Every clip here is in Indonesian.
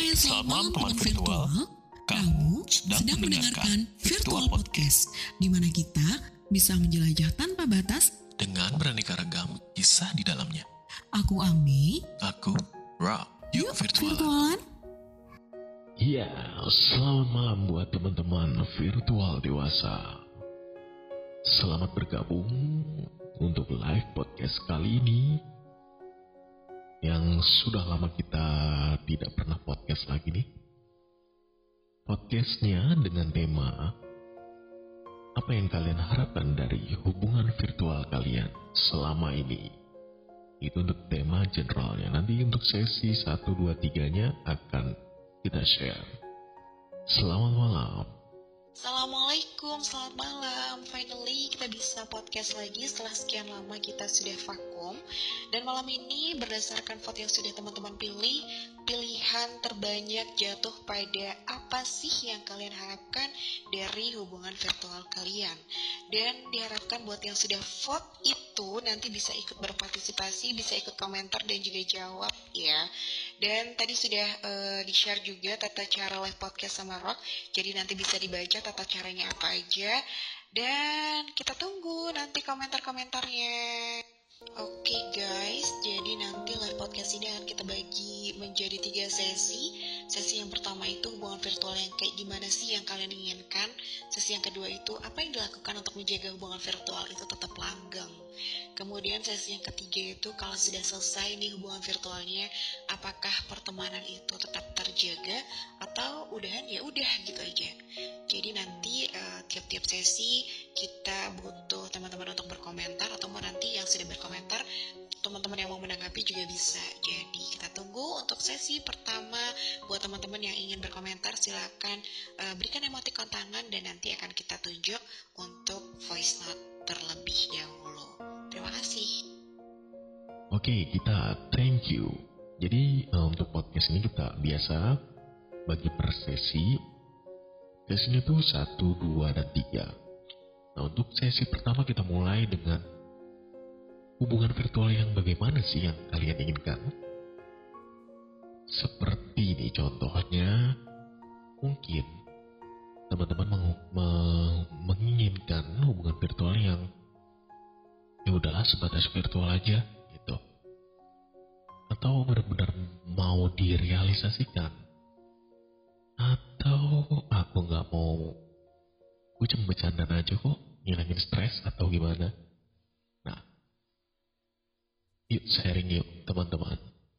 Selamat malam teman virtual. Kamu sedang mendengarkan Virtual Podcast, di mana kita bisa menjelajah tanpa batas dengan beraneka ragam kisah di dalamnya. Aku Ami. Aku Ra. Yuk virtualan. Virtualan. Ya, selamat malam buat teman-teman virtual dewasa. Selamat bergabung untuk live podcast kali ini. Yang sudah lama kita tidak pernah podcast lagi nih. Podcastnya dengan tema apa yang kalian harapkan dari hubungan virtual kalian selama ini. Itu untuk tema generalnya. Nanti untuk sesi 1, 2, 3-nya akan kita share. Selamat malam. Assalamualaikum, selamat malam. Finally kita bisa podcast lagi setelah sekian lama kita sudah vakum. Dan malam ini berdasarkan vote yang sudah teman-teman pilih, pilihan terbanyak jatuh pada apa sih yang kalian harapkan dari hubungan virtual kalian. Dan diharapkan buat yang sudah vote itu nanti bisa ikut berpartisipasi, bisa ikut komentar dan juga jawab ya. Dan tadi sudah di-share juga tata cara live podcast sama Rock, jadi nanti bisa dibaca tata caranya apa aja. Dan kita tunggu nanti komentar-komentarnya. Oke guys, jadi nanti live podcast ini akan kita bagi menjadi 3 sesi. Sesi yang pertama itu hubungan virtual yang kayak gimana sih yang kalian inginkan. Sesi yang kedua itu apa yang dilakukan untuk menjaga hubungan virtual itu tetap langgeng. Kemudian sesi yang ketiga itu kalau sudah selesai nih hubungan virtualnya, apakah pertemanan itu tetap terjaga atau udahan ya udah gitu aja. Jadi nanti tiap-tiap sesi kita butuh teman-teman untuk berkomentar, atau mau nanti yang sudah berkomentar teman-teman yang mau menanggapi juga bisa. Jadi kita tunggu untuk sesi pertama. Buat teman-teman yang ingin berkomentar silakan berikan emoticon tangan dan nanti akan kita tunjuk untuk voice note terlebih dahulu. Terima kasih. Oke, kita thank you. Jadi untuk podcast ini kita biasa bagi per sesi. Sesinya tuh 1, 2, dan 3. Nah untuk sesi pertama kita mulai dengan hubungan virtual yang bagaimana sih yang kalian inginkan? Seperti ini contohnya, mungkin teman-teman menginginkan hubungan virtual yang ya udahlah sebatas virtual aja gitu. Atau benar-benar mau direalisasikan. Atau aku gak mau, gue cuma bercandaan aja kok, ngilangin stres atau gimana. Nah, yuk sharing yuk teman-teman.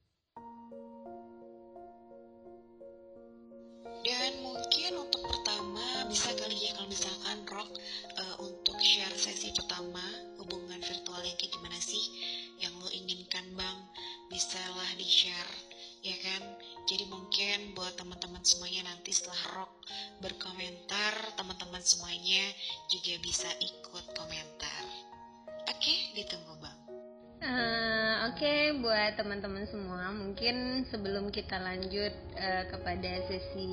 Dan mungkin untuk pertama bisa kali ya kalau misalkan Rock untuk share sesi pertama hubungan virtual yang kayak gimana sih yang lo inginkan bang, bisalah di share ya kan. Jadi mungkin buat teman-teman semuanya nanti setelah Rock berkomentar, teman-teman semuanya juga bisa ikut komentar. Oke, ditunggu bang. Oke, buat teman-teman semua, mungkin sebelum kita lanjut kepada sesi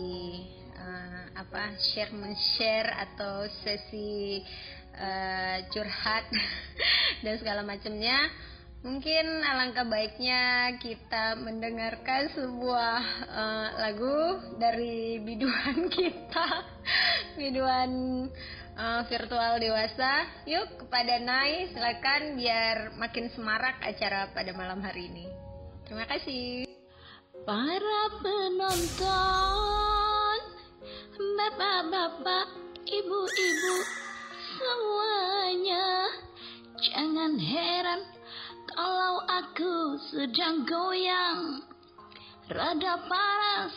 share atau sesi curhat dan segala macamnya, mungkin alangkah baiknya kita mendengarkan sebuah lagu dari biduan kita, biduan virtual dewasa. Yuk kepada Nai, silakan biar makin semarak acara pada malam hari ini. Terima kasih. Para penonton, bapak-bapak, ibu-ibu semuanya, jangan heran kalau aku sedang goyang, rada panas,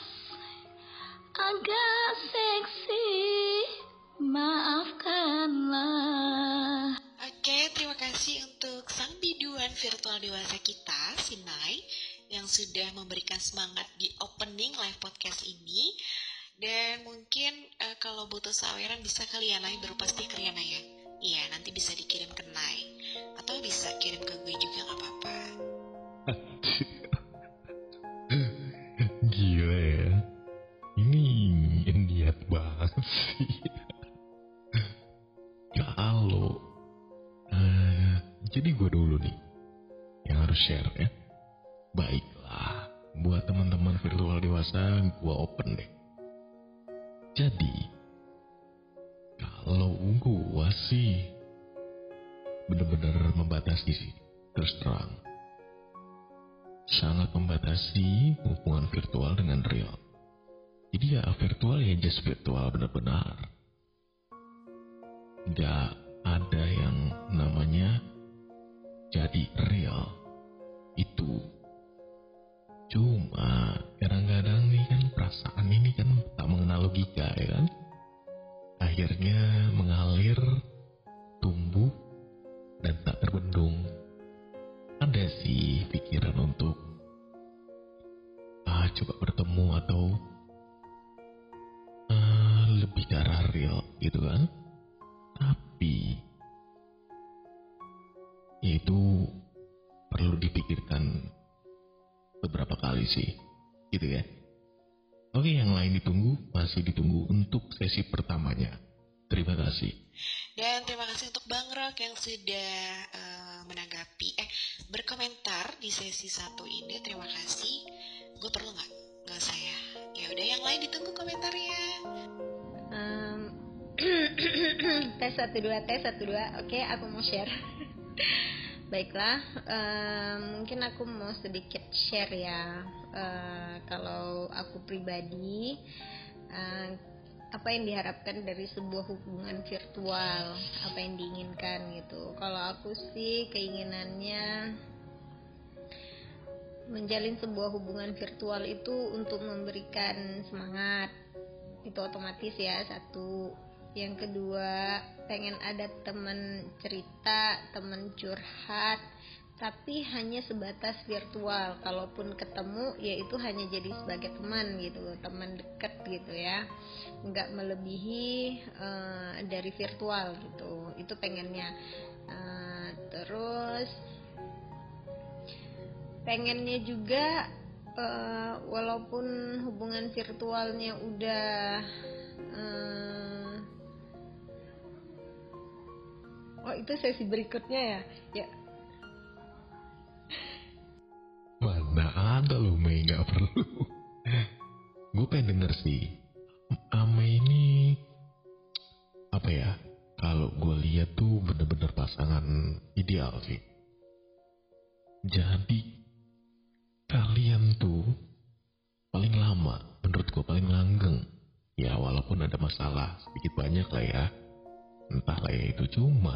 agak seksi, maafkanlah. Oke, terima kasih untuk sang biduan virtual dewasa kita, si Nai, yang sudah memberikan semangat di opening live podcast ini. Dan mungkin kalau butuh saweran bisa kalian Nai berupa stiker ya Nai ya. Iya, nanti bisa dikirim ke Nai, atau bisa kirim ke gue juga gak apa-apa. Gila ya, ini niat banget sih. Kalau jadi gue dulu nih yang harus share ya. Baiklah, buat teman-teman virtual dewasa, gue open deh. Jadi, kalau gue sih bener-bener membatasi sih, terus terang. Sangat membatasi hubungan virtual dengan real. Jadi ya virtual ya just virtual benar-benar. Gak ada yang namanya jadi real. Itu cuma kadang-kadang nih kan perasaan ini kan tak mengenal logika ya kan. Akhirnya mengalir, tumbuh, dan tak terbendung. Ada sih pikiran untuk coba bertemu atau lebih ke arah real gitu kan. Tapi itu perlu dipikirkan beberapa kali sih gitu ya. Oke, yang lain masih ditunggu untuk sesi pertamanya. Terima kasih. Dan terima kasih untuk Bang Rock yang sudah berkomentar di sesi 1 ini. Terima kasih. Gue perlu nggak? Nggak saya. Ya udah, yang lain ditunggu komentarnya. Tes 1 2. Oke, aku mau share. Baiklah, mungkin aku mau sedikit share ya. Kalau aku pribadi, apa yang diharapkan dari sebuah hubungan virtual, apa yang diinginkan gitu. Kalau aku sih keinginannya menjalin sebuah hubungan virtual itu untuk memberikan semangat, itu otomatis ya, satu. Yang kedua, pengen ada teman cerita, teman curhat, tapi hanya sebatas virtual. Kalaupun ketemu, ya itu hanya jadi sebagai teman gitu, teman dekat gitu ya, nggak melebihi dari virtual gitu. Itu pengennya. Terus pengennya juga walaupun hubungan virtualnya udah itu sesi berikutnya ya. Mana ada lo Mei, gak perlu. Gue pengen denger sih Ame ini apa ya, kalau gue lihat tuh bener-bener pasangan ideal sih. Jadi kalian tuh paling lama, menurut gue paling langgeng ya, walaupun ada masalah sedikit banyak lah ya, entahlah ya itu, cuma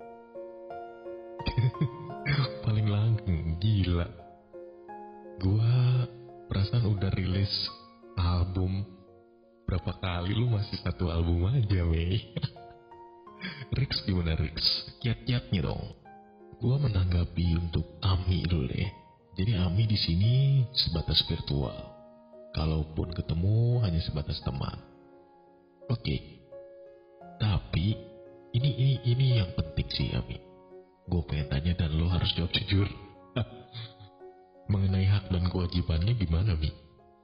paling langgeng. Gila, gua perasaan udah rilis album berapa kali, lu masih satu album aja Mei. Rix gimana Rix? Kiat-kiatnya dong. Gua menanggapi untuk Ami dulu deh. Jadi Ami di sini sebatas virtual, kalaupun ketemu hanya sebatas teman. Oke. Tapi ini yang penting sih Ami. Gue pengen tanya dan lo harus jawab jujur. Mengenai hak dan kewajibannya gimana Mi?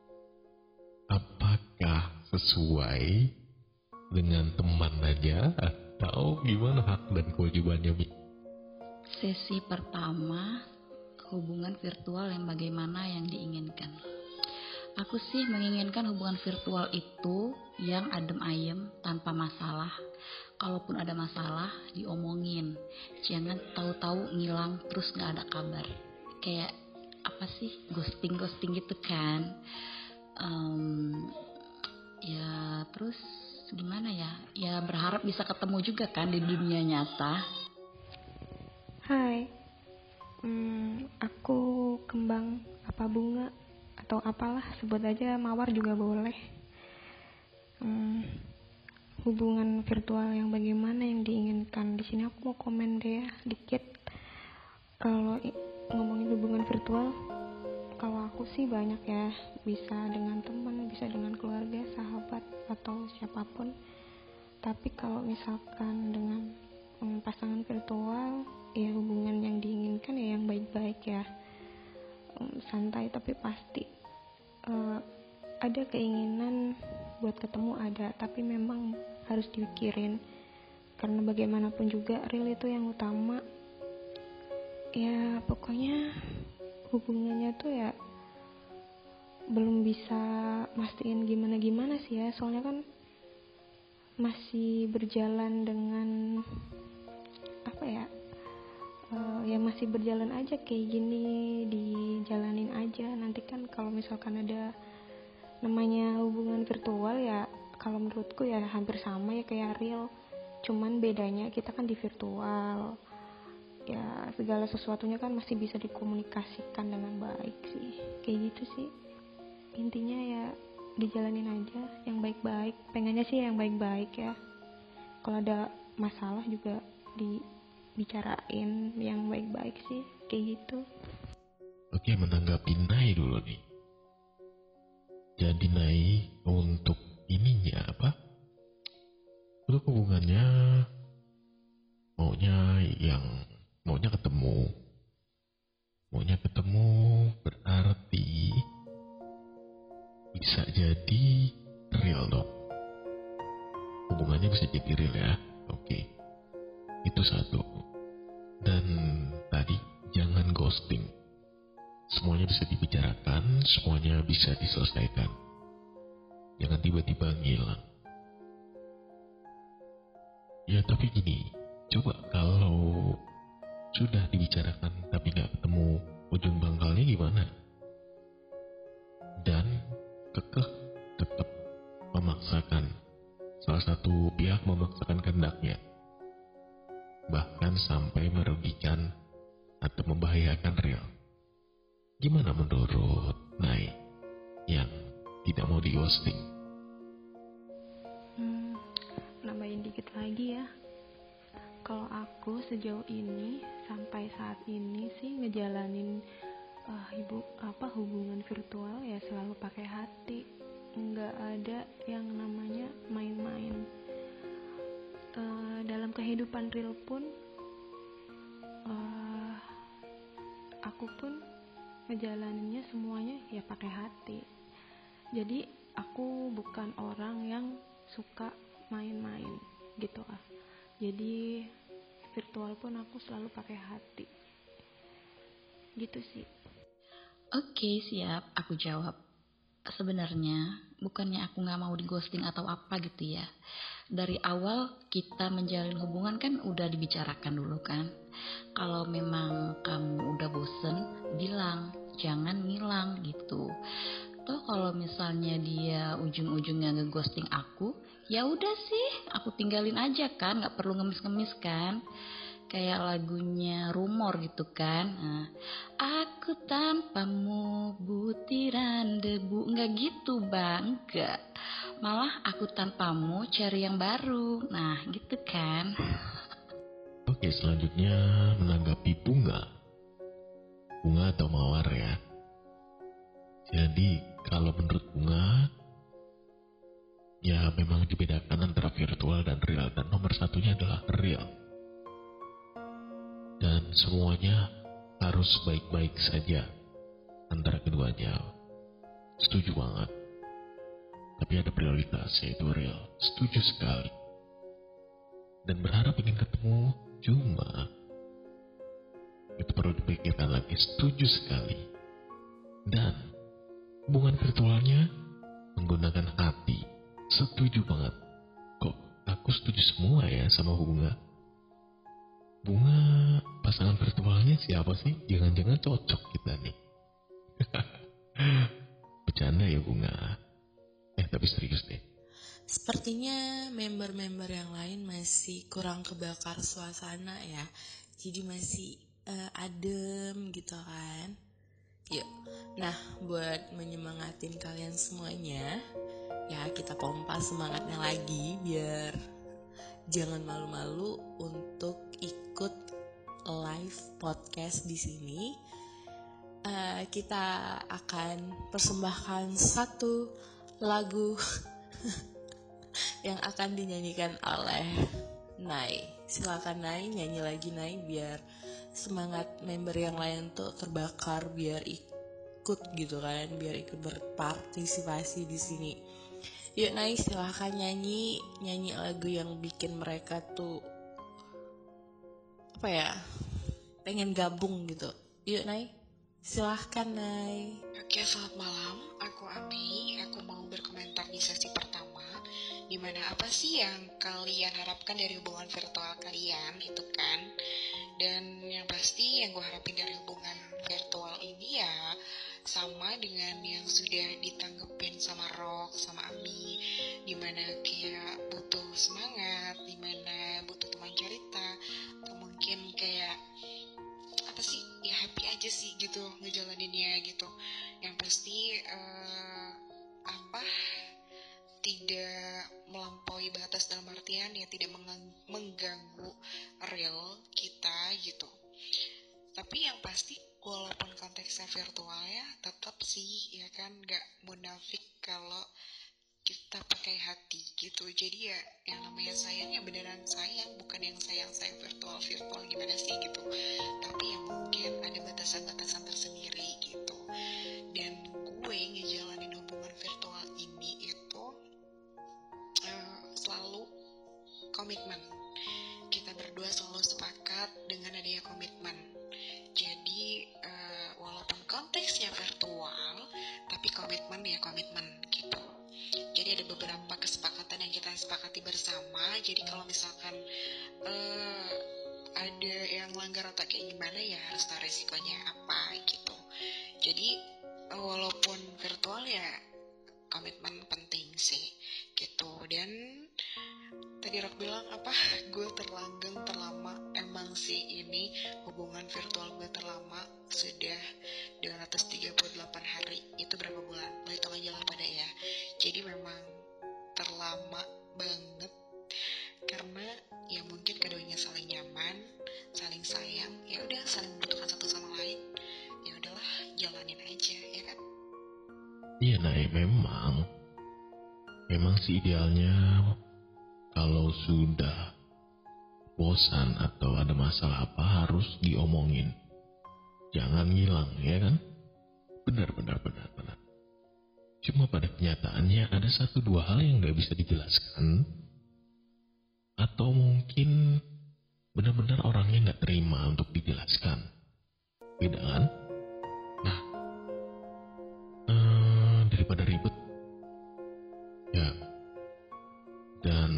Apakah sesuai dengan teman aja atau gimana hak dan kewajibannya Mi? Sesi pertama, hubungan virtual yang bagaimana yang diinginkan. Aku sih menginginkan hubungan virtual itu yang adem ayem, tanpa masalah. Kalaupun ada masalah, diomongin. Jangan tahu-tahu ngilang terus gak ada kabar. Kayak apa sih, ghosting gitu kan. Ya terus gimana ya? Ya berharap bisa ketemu juga kan di dunia nyata. Hai, aku Kembang apa Bunga atau apalah, sebut aja Mawar juga boleh. Hubungan virtual yang bagaimana yang diinginkan. Di sini aku mau komen deh ya dikit. Kalau ngomongin hubungan virtual, kalau aku sih banyak ya, bisa dengan teman, bisa dengan keluarga, sahabat atau siapapun. Tapi kalau misalkan dengan pasangan virtual, ya hubungan yang diinginkan ya yang baik-baik ya, santai tapi pasti. Ada keinginan buat ketemu ada, tapi memang harus dipikirin, karena bagaimanapun juga real itu yang utama. Ya pokoknya hubungannya tuh ya belum bisa mastiin gimana sih ya, soalnya kan masih berjalan dengan ya masih berjalan aja kayak gini, dijalanin aja. Nanti kan kalau misalkan ada namanya hubungan virtual ya, kalau menurutku ya hampir sama ya kayak real, cuman bedanya kita kan di virtual ya, segala sesuatunya kan masih bisa dikomunikasikan dengan baik sih, kayak gitu sih. Intinya ya dijalanin aja yang baik-baik, pengennya sih yang baik-baik ya. Kalau ada masalah juga dibicarain yang baik-baik sih, kayak gitu. Oke, menanggapi Nai dulu nih. Jadi Nai untuk ininya apa? Untuk hubungannya maunya ketemu berarti bisa jadi real dong. Hubungannya bisa jadi real ya. Oke. Itu satu. Dan tadi jangan ghosting. Semuanya bisa dibicarakan, semuanya bisa diselesaikan. Jangan tiba-tiba ngilang. Ya tapi gini, coba kalau sudah dibicarakan tapi gak ketemu ujung pangkalnya gimana? Dan tetap memaksakan, salah satu pihak memaksakan kehendaknya, bahkan sampai merugikan atau membahayakan real. Gimana menurut Nai yang tidak mau di ghosting? Nambahin dikit lagi ya. Kalau aku sejauh ini sampai saat ini sih ngejalanin hubungan virtual ya selalu pakai hati, nggak ada yang namanya main-main. Dalam kehidupan real pun aku pun ngejalaninnya semuanya ya pakai hati. Jadi aku bukan orang yang suka main-main gitu ah. Jadi virtual pun aku selalu pakai hati. Gitu sih. Oke, siap, aku jawab. Sebenarnya bukannya aku gak mau di ghosting atau apa gitu ya. Dari awal kita menjalin hubungan kan udah dibicarakan dulu kan. Kalau memang kamu udah bosen, bilang, jangan ngilang gitu. Toh kalau misalnya dia ujung-ujungnya nge-ghosting aku, ya udah sih, aku tinggalin aja kan, gak perlu ngemis-ngemis kan. Kayak lagunya Rumor gitu kan. Nah, aku tanpamu butiran debu. Enggak gitu bang, enggak. Malah aku tanpamu cari yang baru. Nah gitu kan. Oke, selanjutnya menanggapi bunga atau mawar ya. Jadi kalau menurut bunga, ya memang dibedakan antara virtual dan real, dan nomor satunya adalah real. Dan semuanya harus baik-baik saja antara keduanya. Setuju banget. Tapi ada prioritas, yaitu real. Setuju sekali. Dan berharap ingin ketemu, cuma itu perlu dipikirkan lagi. Setuju sekali. Dan hubungan virtualnya menggunakan hati. Setuju banget. Kok aku setuju semua ya sama Bunga? Bunga pasangan virtualnya siapa sih? Jangan-jangan cocok kita nih. Bercanda ya Bunga. Tapi serius deh. Sepertinya member-member yang lain masih kurang kebakar suasana ya. Jadi masih adem gitu kan. Yuk. Nah, buat menyemangatin kalian semuanya, ya kita pompa semangatnya lagi biar jangan malu-malu untuk ikut live podcast di sini. Kita akan persembahkan satu lagu yang akan dinyanyikan oleh Nai. Silakan Nai, nyanyi lagi Nai biar semangat member yang lain tuh terbakar, biar ikut gitu kan, biar ikut berpartisipasi di sini. Yuk Nai, silahkan nyanyi lagu yang bikin mereka tuh pengen gabung gitu. Yuk Nai, Silahkan, Nay. Oke, selamat malam. Aku Ami. Aku mau berkomentar di sesi pertama. Dimana apa sih yang kalian harapkan dari hubungan virtual kalian, itu kan? Dan yang pasti yang gue harapin dari hubungan virtual ini ya sama dengan yang sudah ditanggepin sama Rock, sama Ami. Dimana kayak butuh semangat, dimana butuh teman cerita, atau mungkin kayak apa sih, ya happy aja sih gitu ngejalaninnya gitu. Yang pasti tidak melampaui batas, dalam artian ya tidak mengganggu real kita gitu. Tapi yang pasti walaupun konteksnya virtual ya tetap sih ya kan gak munafik kalau kita pakai hati gitu. Jadi ya yang namanya sayang ya beneran sayang, bukan yang sayang virtual gimana sih gitu. Tapi ya mungkin ada batasan-batasan tersendiri gitu. Dan gue ngejalanin hubungan virtual ini itu selalu komitmen. Kita berdua selalu sepakat dengan adanya komitmen. Jadi walaupun konteksnya virtual, tapi komitmen ya komitmen gitu. Jadi ada beberapa kesepakatan yang kita sepakati bersama. Jadi kalau misalkan ada yang langgar atau kayak gimana ya harus tahu resikonya apa gitu. Jadi walaupun virtual ya komitmen penting sih gitu. Dan tadi Rock bilang apa, gue terlama. Emang sih ini hubungan virtual gue terlama sudah 238 hari. Itu berapa bulan? Lo hitung aja lah pada ya. Jadi memang terlama banget, karena ya mungkin keduanya saling nyaman, saling sayang, ya udah saling membutuhkan satu sama lain. Ya udahlah, jalanin aja ya kan. Iya, memang sih idealnya kalau sudah bosan atau ada masalah apa harus diomongin, jangan ngilang ya kan. Benar. Cuma pada kenyataannya ada 1-2 hal yang gak bisa dijelaskan, atau mungkin benar-benar orangnya gak terima untuk dijelaskan. Beda kan? Nah, daripada ribet ya, dan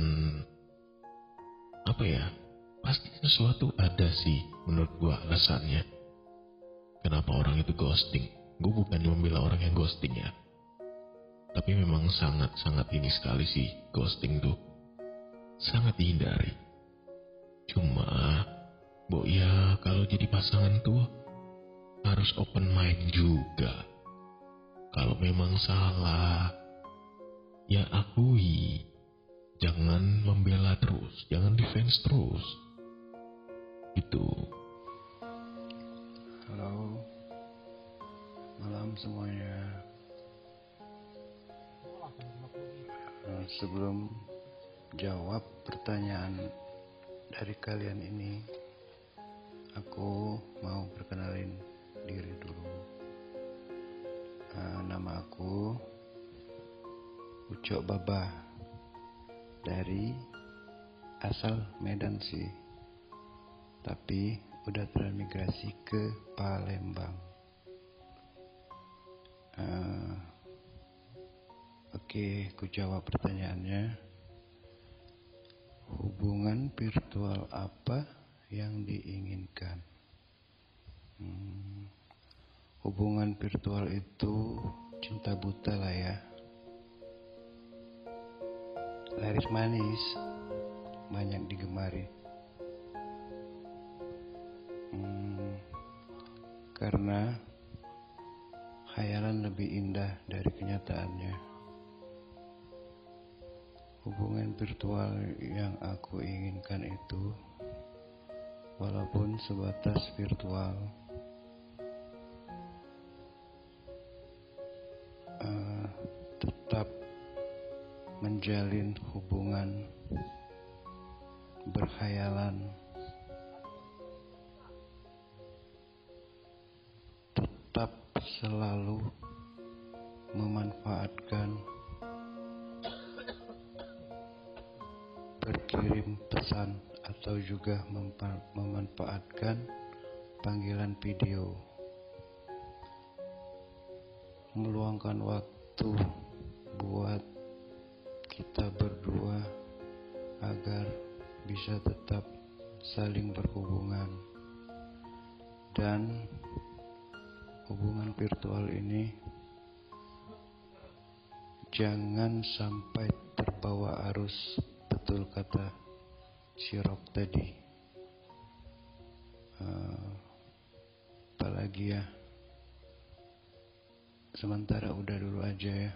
apa ya, pasti sesuatu ada sih menurut gua alasannya kenapa orang itu ghosting. Gue bukannya membela orang yang ghosting ya, tapi memang sangat ini sekali sih, ghosting tuh sangat dihindari. Cuma ya kalau jadi pasangan tuh harus open mind juga. Kalau memang salah ya akui, jangan membela terus, jangan defense terus gitu. Halo, malam semuanya. Sebelum jawab pertanyaan dari kalian ini, aku mau perkenalin diri dulu. Nama aku Ucok Baba, dari asal Medan sih, tapi udah transmigrasi ke Palembang. Oke, ku jawab pertanyaannya. Hubungan virtual apa yang diinginkan? Hubungan virtual itu cinta buta lah ya. Laris manis, banyak digemari. Karena khayalan lebih indah dari kenyataannya. Hubungan virtual yang aku inginkan itu, walaupun sebatas virtual, tetap menjalin hubungan berkhayalan, tetap selalu memanfaatkan, berkirim pesan atau juga memanfaatkan panggilan video. meluangkan waktu buat kita berdua agar bisa tetap saling berhubungan. Dan hubungan virtual ini jangan sampai terbawa arus, betul kata si Rob tadi. Apalagi ya, sementara udah dulu aja ya.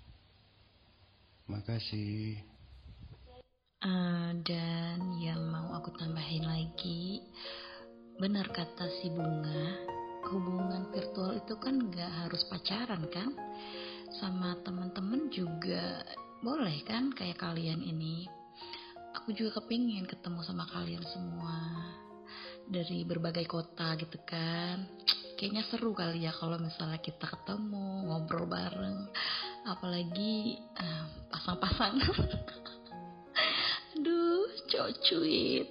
Makasih. Dan yang mau aku tambahin lagi, benar kata si Bunga, hubungan virtual itu kan gak harus pacaran kan, sama teman-teman juga boleh kan, kayak kalian ini. Aku juga kepingin ketemu sama kalian semua dari berbagai kota gitu kan. Kayaknya seru kali ya kalau misalnya kita ketemu, ngobrol bareng, apalagi pasang-pasang. Aduh, cocuit,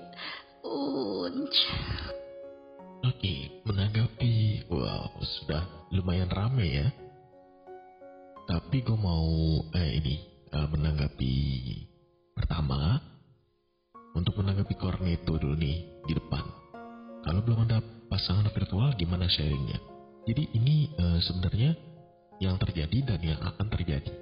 Oke, menanggapi, sudah lumayan rame ya. Tapi gue mau menanggapi pertama, untuk menanggapi Cornetto dulu nih di depan. Kalau belum ada pasangan virtual, gimana sharingnya? Jadi ini sebenarnya yang terjadi dan yang akan terjadi.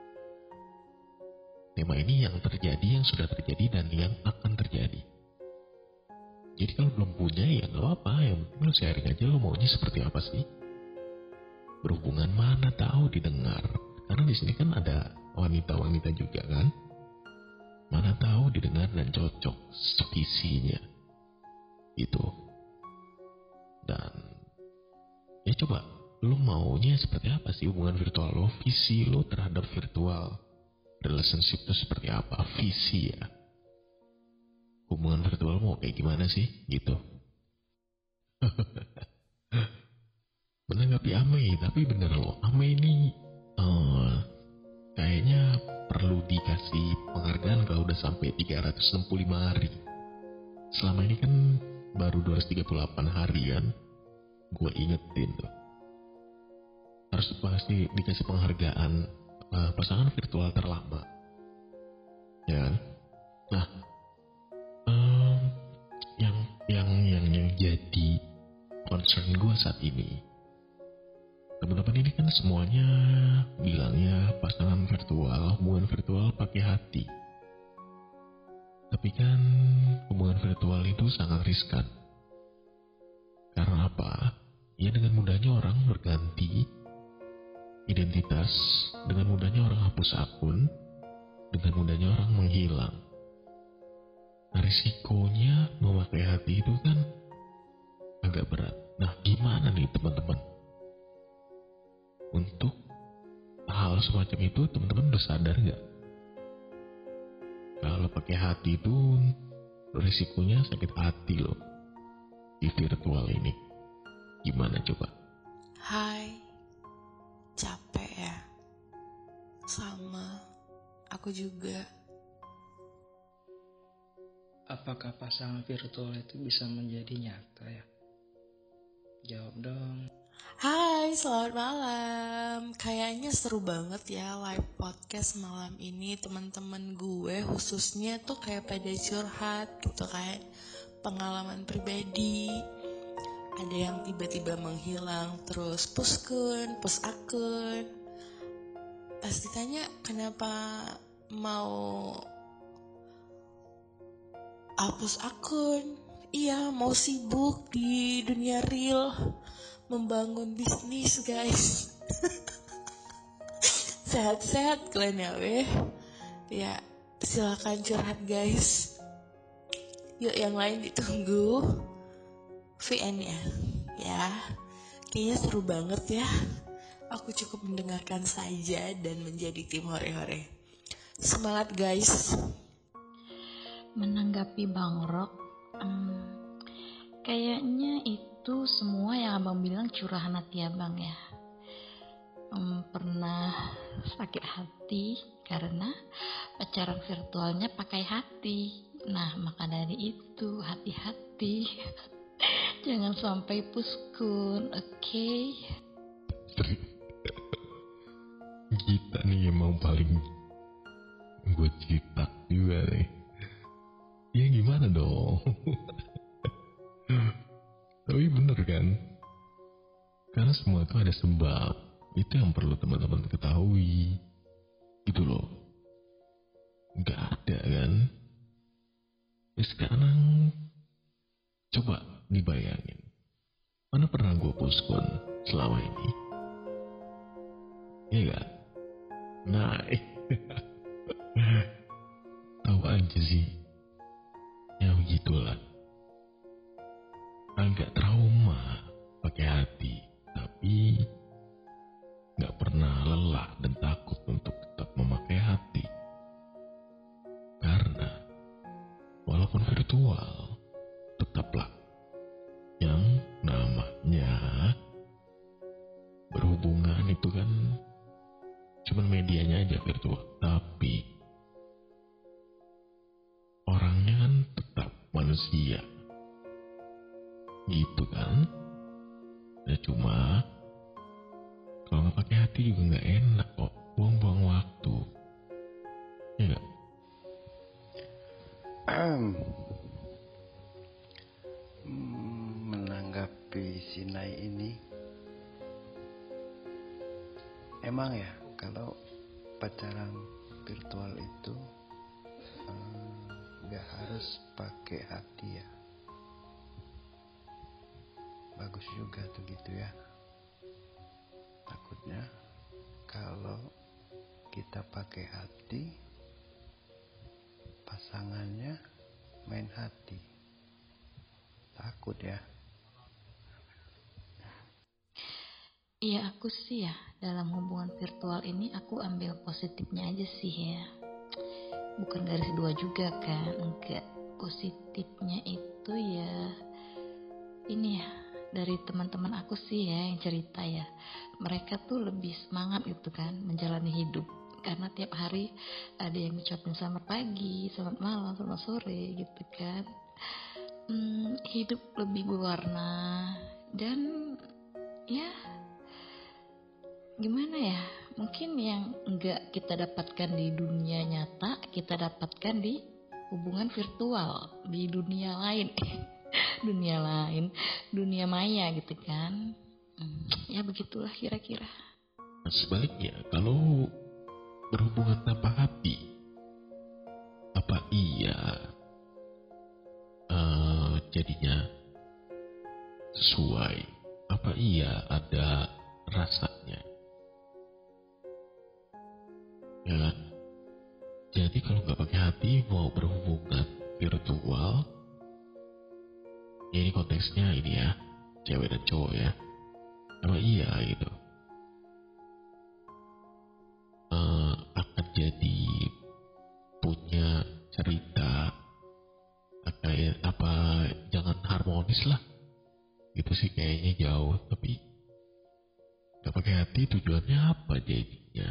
Tema ini yang terjadi, yang sudah terjadi, dan yang akan terjadi. Jadi kalau belum punya ya gak apa-apa, yang penting lo sharing aja lo maunya seperti apa sih. Berhubungan mana tahu didengar. Karena di sini kan ada wanita-wanita juga kan. Mana tahu didengar dan cocok visinya. Gitu. Dan ya coba lo maunya seperti apa sih hubungan virtual lo, visi lo terhadap virtual relationship itu seperti apa, visi ya. Hubungan virtual mau kayak gimana sih gitu. Menanggapi Ame, tapi bener loh, Ame ini kayaknya perlu dikasih penghargaan kalau udah sampai 365 hari. Selama ini kan baru 238 hari kan. Gue ingetin tuh, harus pasti dikasih penghargaan pasangan virtual terlama ya kan. Nah, yang jadi concern gue saat ini, teman-teman ini kan semuanya bilangnya pasangan virtual, hubungan virtual pakai hati. Tapi kan hubungan virtual itu sangat riskan. Karena apa? Ya dengan mudahnya orang berganti identitas, dengan mudahnya orang hapus akun, dengan mudahnya orang menghilang. Nah, risikonya memakai hati itu kan agak berat. Nah, gimana nih teman-teman? Untuk hal semacam itu teman-teman udah sadar gak? Kalau pakai hati itu risikonya sakit hati loh di virtual ini. Gimana coba? Hai, capek ya? Sama, aku juga. Apakah pasangan virtual itu bisa menjadi nyata ya? Jawab dong. Hai, selamat malam. Kayaknya seru banget ya live podcast malam ini. Teman-teman gue khususnya tuh kayak pada curhat gitu kan, pengalaman pribadi. Ada yang tiba-tiba menghilang, terus push akun. Pas ditanya kenapa mau hapus akun, iya mau sibuk di dunia real, membangun bisnis guys. Sehat-sehat kalian ya weh. Ya silakan curhat guys. Yuk yang lain ditunggu VN-nya ya. Kayaknya seru banget ya. Aku cukup mendengarkan saja dan menjadi tim hore-hore. Semangat guys. Menanggapi Bang Rock, kayaknya itu semua yang abang bilang curahan hati abang ya. Pernah sakit hati karena pacaran virtualnya pakai hati. Nah, maka dari itu hati-hati. Jangan sampai puskun, oke? kita nih emang paling gue citak juga nih. Ya gimana dong? Tapi bener kan? Karena semua itu ada sebab. Itu yang perlu teman-teman ketahui. Gitu loh. Gak ada kan? Ya sekarang coba dibayangin. Mana pernah gue puskon selama ini? Iya gak? Nah, tahu aja sih. Ya begitulah. Agak trauma pakai hati, tapi gak pernah lelah dan takut untuk tetap memakai hati. Karena walaupun virtual, tetaplah yang namanya berhubungan itu kan cuman medianya aja virtual, tapi orangnya kan tetap manusia gitu kan. Ya cuma kalau nggak pakai hati juga nggak enak kok, buang-buang waktu, ya nggak? Menanggapi si Nai ini, emang ya kalau pacaran virtual itu nggak harus pakai hati ya. Bagus juga tuh gitu ya. Takutnya kalau kita pakai hati, pasangannya main hati. Takut ya. Iya, aku sih ya dalam hubungan virtual ini aku ambil positifnya aja sih ya. Bukan garis dua juga kan, enggak. Positifnya itu ya ini ya, dari teman-teman aku sih ya yang cerita ya, mereka tuh lebih semangat gitu kan menjalani hidup, karena tiap hari ada yang ngucapin selamat pagi, selamat malam, selamat sore gitu kan. Hidup lebih berwarna dan ya gimana ya, mungkin yang enggak kita dapatkan di dunia nyata kita dapatkan di hubungan virtual, di dunia lain. dunia maya gitu kan. Ya begitulah kira-kira. Sebaliknya, kalau berhubungan tanpa hati, apa iya jadinya sesuai? Apa iya ada rasanya? Ya kan? Jadi kalau nggak pakai hati mau berhubungan virtual, ya ini konteksnya ini ya, cewek dan cowok ya. Apa iya gitu? Akan jadi punya cerita kayak apa, jangan harmonis lah gitu sih kayaknya jauh. Tapi gak pakai hati tujuannya apa jadinya?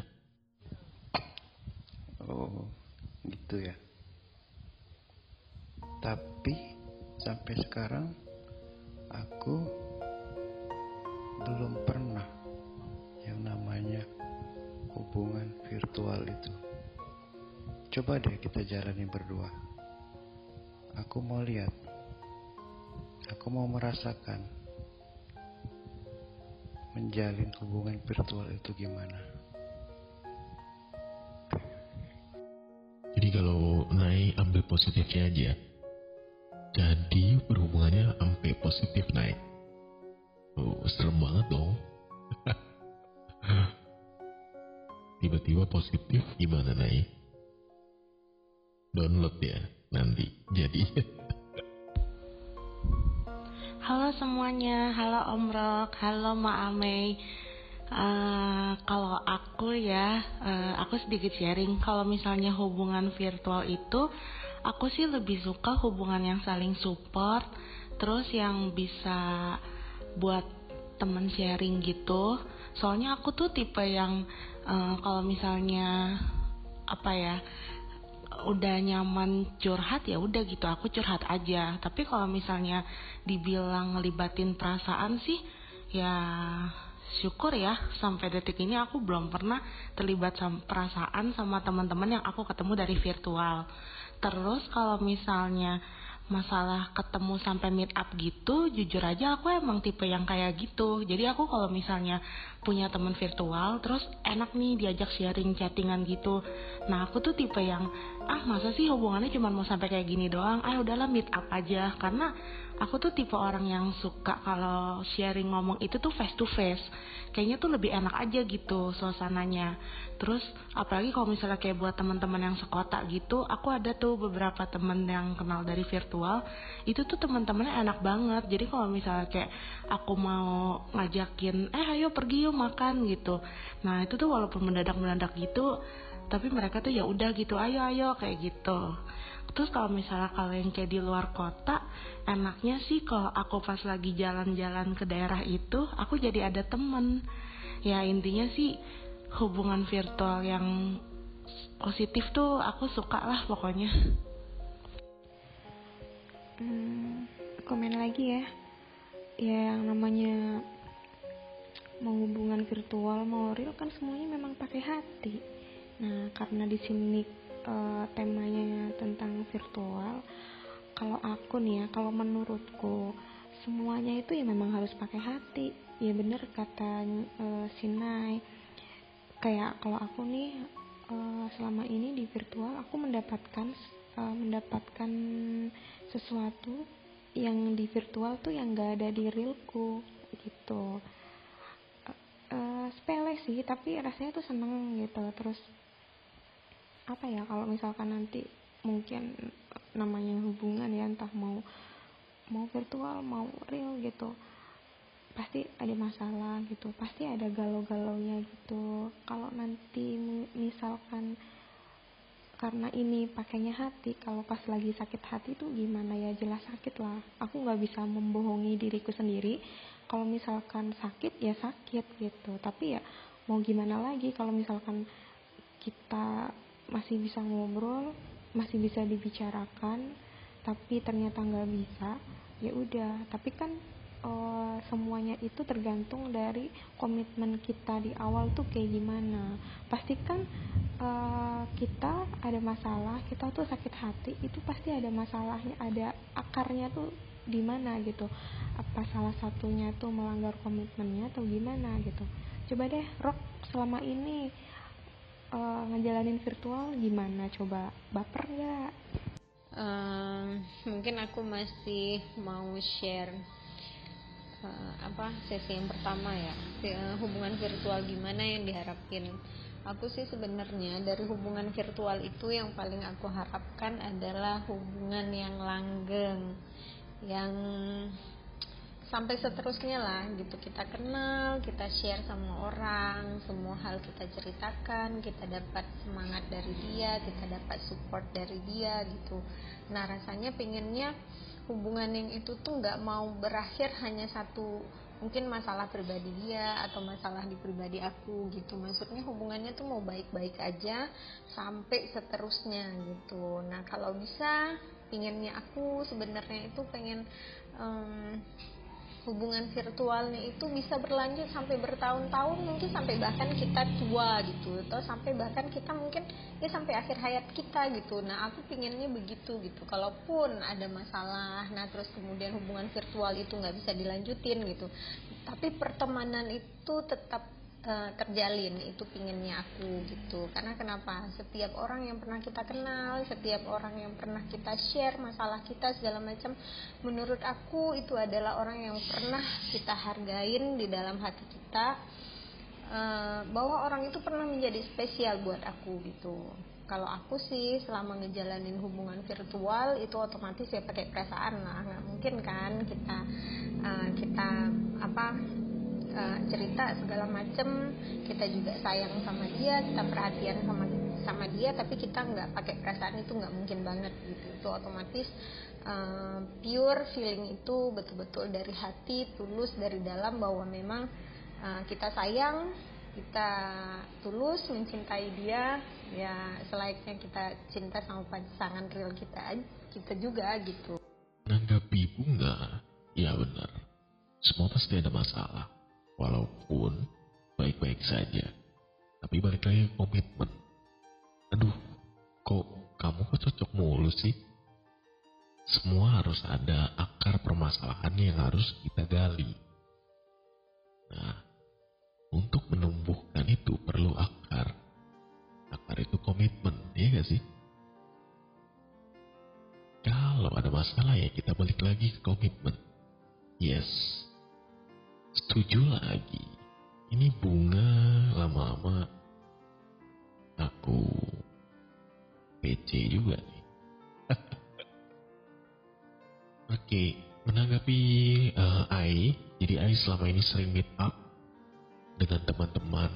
Oh gitu ya. Tapi sampai sekarang aku belum pernah yang namanya hubungan virtual itu. Coba deh kita jalani berdua. Aku mau lihat, aku mau merasakan menjalin hubungan virtual itu gimana. Jadi kalau naik ambil positifnya aja, jadi berhubungannya sampai positif naik. Oh, serem banget dong. Tiba-tiba positif gimana naik? Download ya nanti jadi. Halo semuanya, halo Om Rok, halo Ma Amei. Kalau aku ya, aku sedikit sharing. Kalau misalnya hubungan virtual itu, aku sih lebih suka hubungan yang saling support, terus yang bisa buat temen sharing gitu. Soalnya aku tuh tipe yang kalau misalnya apa ya, udah nyaman curhat ya udah gitu, aku curhat aja. Tapi kalau misalnya dibilang ngelibatin perasaan sih ya syukur ya sampai detik ini aku belum pernah terlibat perasaan sama teman-teman yang aku ketemu dari virtual. Terus kalau misalnya masalah ketemu sampai meet up gitu, jujur aja aku emang tipe yang kayak gitu. Jadi aku kalau misalnya punya teman virtual terus enak nih diajak sharing chattingan gitu, nah aku tuh tipe yang masa sih hubungannya cuma mau sampai kayak gini doang, udahlah meet up aja. Karena aku tuh tipe orang yang suka kalau sharing ngomong itu tuh face to face, kayaknya tuh lebih enak aja gitu suasananya. Terus apalagi kalau misalnya kayak buat teman-teman yang sekota gitu, aku ada tuh beberapa teman yang kenal dari virtual, itu tuh teman-temannya enak banget. Jadi kalau misalnya kayak aku mau ngajakin ayo pergi yuk makan gitu, nah itu tuh walaupun mendadak gitu, tapi mereka tuh ya udah gitu, ayo kayak gitu. Terus kalau misalnya kalian kayak di luar kota, enaknya sih kalau aku pas lagi jalan-jalan ke daerah itu, aku jadi ada temen. Ya intinya sih hubungan virtual yang positif tuh aku suka lah pokoknya. Komen lagi ya. Ya yang namanya mau hubungan virtual mau real kan semuanya memang pakai hati. Nah karena di sini temanya tentang virtual, kalau aku nih ya, kalau menurutku semuanya itu ya memang harus pakai hati. Ya bener kata Sinai, kayak kalau aku nih selama ini di virtual aku mendapatkan sesuatu yang di virtual tuh yang gak ada di realku gitu. Sepele sih tapi rasanya tuh seneng gitu. Terus apa ya, kalau misalkan nanti mungkin namanya hubungan ya, entah mau virtual mau real gitu, pasti ada masalah gitu, pasti ada galau-galaunya gitu. Kalau nanti misalkan karena ini pakainya hati, kalau pas lagi sakit hati tuh gimana ya, jelas sakit lah. Aku nggak bisa membohongi diriku sendiri. Kalau misalkan sakit ya sakit gitu, tapi ya mau gimana lagi, kalau misalkan kita masih bisa ngobrol, masih bisa dibicarakan, tapi ternyata nggak bisa, ya udah. Tapi kan semuanya itu tergantung dari komitmen kita di awal tuh kayak gimana. Pastikan kita ada masalah, kita tuh sakit hati, itu pasti ada masalahnya, ada akarnya tuh di mana gitu. Apa salah satunya tuh melanggar komitmennya atau gimana gitu. Coba deh Rock, selama ini ngejalanin virtual gimana, coba baper nggak? Mungkin aku masih mau share sesi yang pertama ya, hubungan virtual gimana yang diharapin. Aku sih sebenarnya dari hubungan virtual itu yang paling aku harapkan adalah hubungan yang langgeng, yang sampai seterusnya lah gitu. Kita kenal, kita share sama orang, semua hal kita ceritakan, kita dapat semangat dari dia, kita dapat support dari dia gitu. Nah rasanya pengennya hubungan yang itu tuh nggak mau berakhir hanya satu, mungkin masalah pribadi dia atau masalah di pribadi aku gitu. Maksudnya hubungannya tuh mau baik-baik aja sampai seterusnya gitu. Nah kalau bisa pengennya aku sebenarnya itu pengen hubungan virtualnya itu bisa berlanjut sampai bertahun-tahun, mungkin sampai bahkan kita tua gitu, atau sampai bahkan kita mungkin ya sampai akhir hayat kita gitu. Nah aku pinginnya begitu gitu. Kalaupun ada masalah, nah terus kemudian hubungan virtual itu nggak bisa dilanjutin gitu, tapi pertemanan itu tetap terjalin, itu pinginnya aku gitu. Karena kenapa? Setiap orang yang pernah kita kenal, setiap orang yang pernah kita share masalah kita segala macam, menurut aku itu adalah orang yang pernah kita hargain di dalam hati kita, bahwa orang itu pernah menjadi spesial buat aku gitu. Kalau aku sih selama ngejalanin hubungan virtual itu otomatis ya pakai perasaan lah, nggak mungkin kan kita cerita segala macem, kita juga sayang sama dia, kita perhatian sama dia, tapi kita nggak pakai perasaan, itu nggak mungkin banget gitu. Itu otomatis pure feeling, itu betul-betul dari hati, tulus dari dalam, bahwa memang kita sayang, kita tulus mencintai dia, ya selayaknya kita cinta sama pasangan real kita juga gitu. Menanggapi Bunga, ya benar, semua pasti ada masalah. walaupun baik-baik saja. Tapi balik lagi ke komitmen. Aduh, kok kamu cocok mulu sih? Semua harus ada akar permasalahannya yang harus kita gali. Nah, untuk menumbuhkan itu perlu akar. Akar itu komitmen, ya gak sih? Kalau ada masalah ya kita balik lagi ke komitmen. Yes, setuju lagi. Ini bunga lama-lama aku PC juga nih. Oke, menanggapi Ai, jadi Ai selama ini sering meet up dengan teman-teman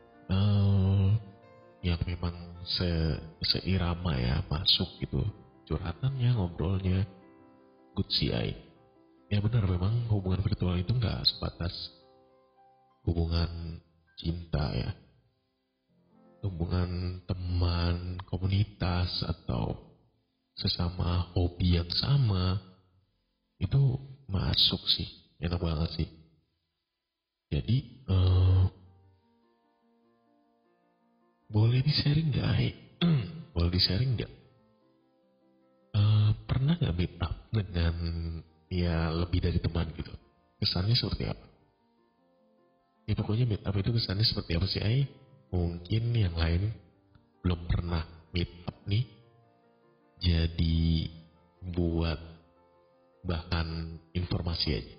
yang memang seirama ya, masuk gitu curhatannya, ngobrolnya. Good sih Ai. Ya benar, memang hubungan virtual itu nggak sebatas hubungan cinta ya, hubungan teman, komunitas, atau sesama hobi yang sama itu masuk sih, enak banget sih. Jadi boleh di-sharing nggak? Boleh di-sharing nggak? Pernah nggak meet up dengan ya lebih dari teman gitu? Kesannya seperti apa? Ya pokoknya meet up itu kesannya seperti apa sih Ai? Mungkin yang lain belum pernah meet up nih, jadi buat bahan informasi aja.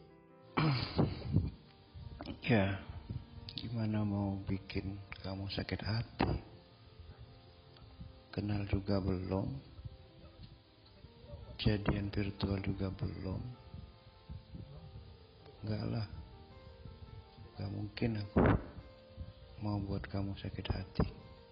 Ya, gimana mau bikin kamu sakit hati? Kenal juga belum, jadian virtual juga belum. Enggak lah, gak mungkin aku mau buat kamu sakit hati.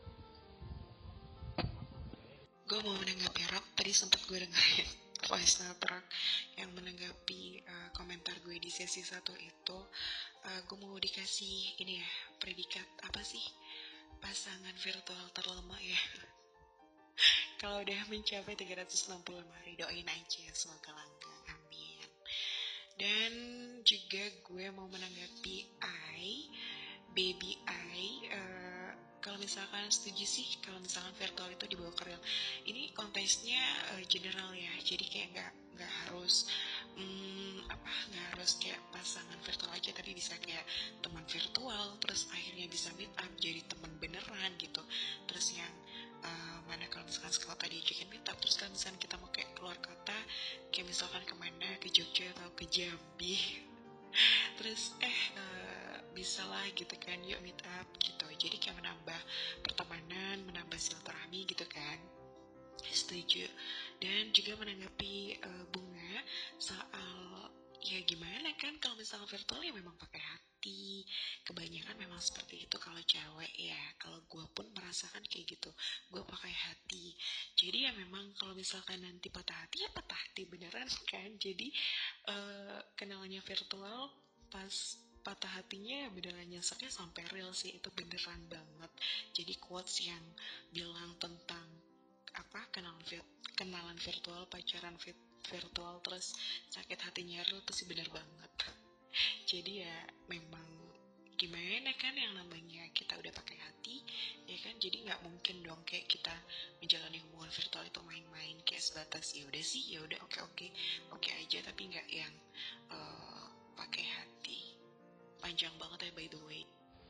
Gue mau menanggapi Rob, tadi sempat gue dengerin voice note Rob yang menanggapi komentar gue di sesi 1 itu. Gue mau dikasih ini ya, predikat apa sih? Pasangan virtual terlemah ya. Kalau udah mencapai 365 hari, doain aja semoga langgeng, amin. Dan juga gue mau menanggapi baby kalau misalkan setuju sih kalau misalkan virtual itu dibawa ke real. Ini konteksnya general ya, jadi kayak nggak harus nggak harus kayak pasangan virtual aja, tapi bisa kayak teman virtual terus akhirnya bisa meet up jadi teman beneran gitu. Terus yang mana kalau misalkan sekolah tadi ajakin meet up, terus kalau misalkan kita mau kayak keluar kota, kayak misalkan kemana, ke Jogja atau ke Jambi, terus bisa lah gitu kan, yuk meet up gitu. Jadi kayak menambah pertemanan, menambah silaturahmi gitu kan. Setuju. Dan juga menanggapi Bunga soal ya gimana kan kalau misalnya virtual ya memang pakai hati. Kebanyakan memang seperti itu kalau cewek ya. Kalau gue pun merasakan kayak gitu, gue pakai hati. Jadi ya memang kalau misalkan nanti patah hati ya patah hati beneran kan. Jadi kenalnya virtual, pas patah hatinya beneran nyeseknya sampai real sih, itu beneran banget. Jadi quotes yang bilang tentang kenalan virtual, pacaran virtual, terus sakit hatinya real, itu sih bener banget. Jadi ya memang gimana kan, yang namanya kita udah pakai hati ya kan, jadi nggak mungkin dong kayak kita menjalani hubungan virtual itu main-main kayak sebatas ya udah sih, ya udah oke aja, tapi nggak yang pakai hati. Panjang banget ya by the way.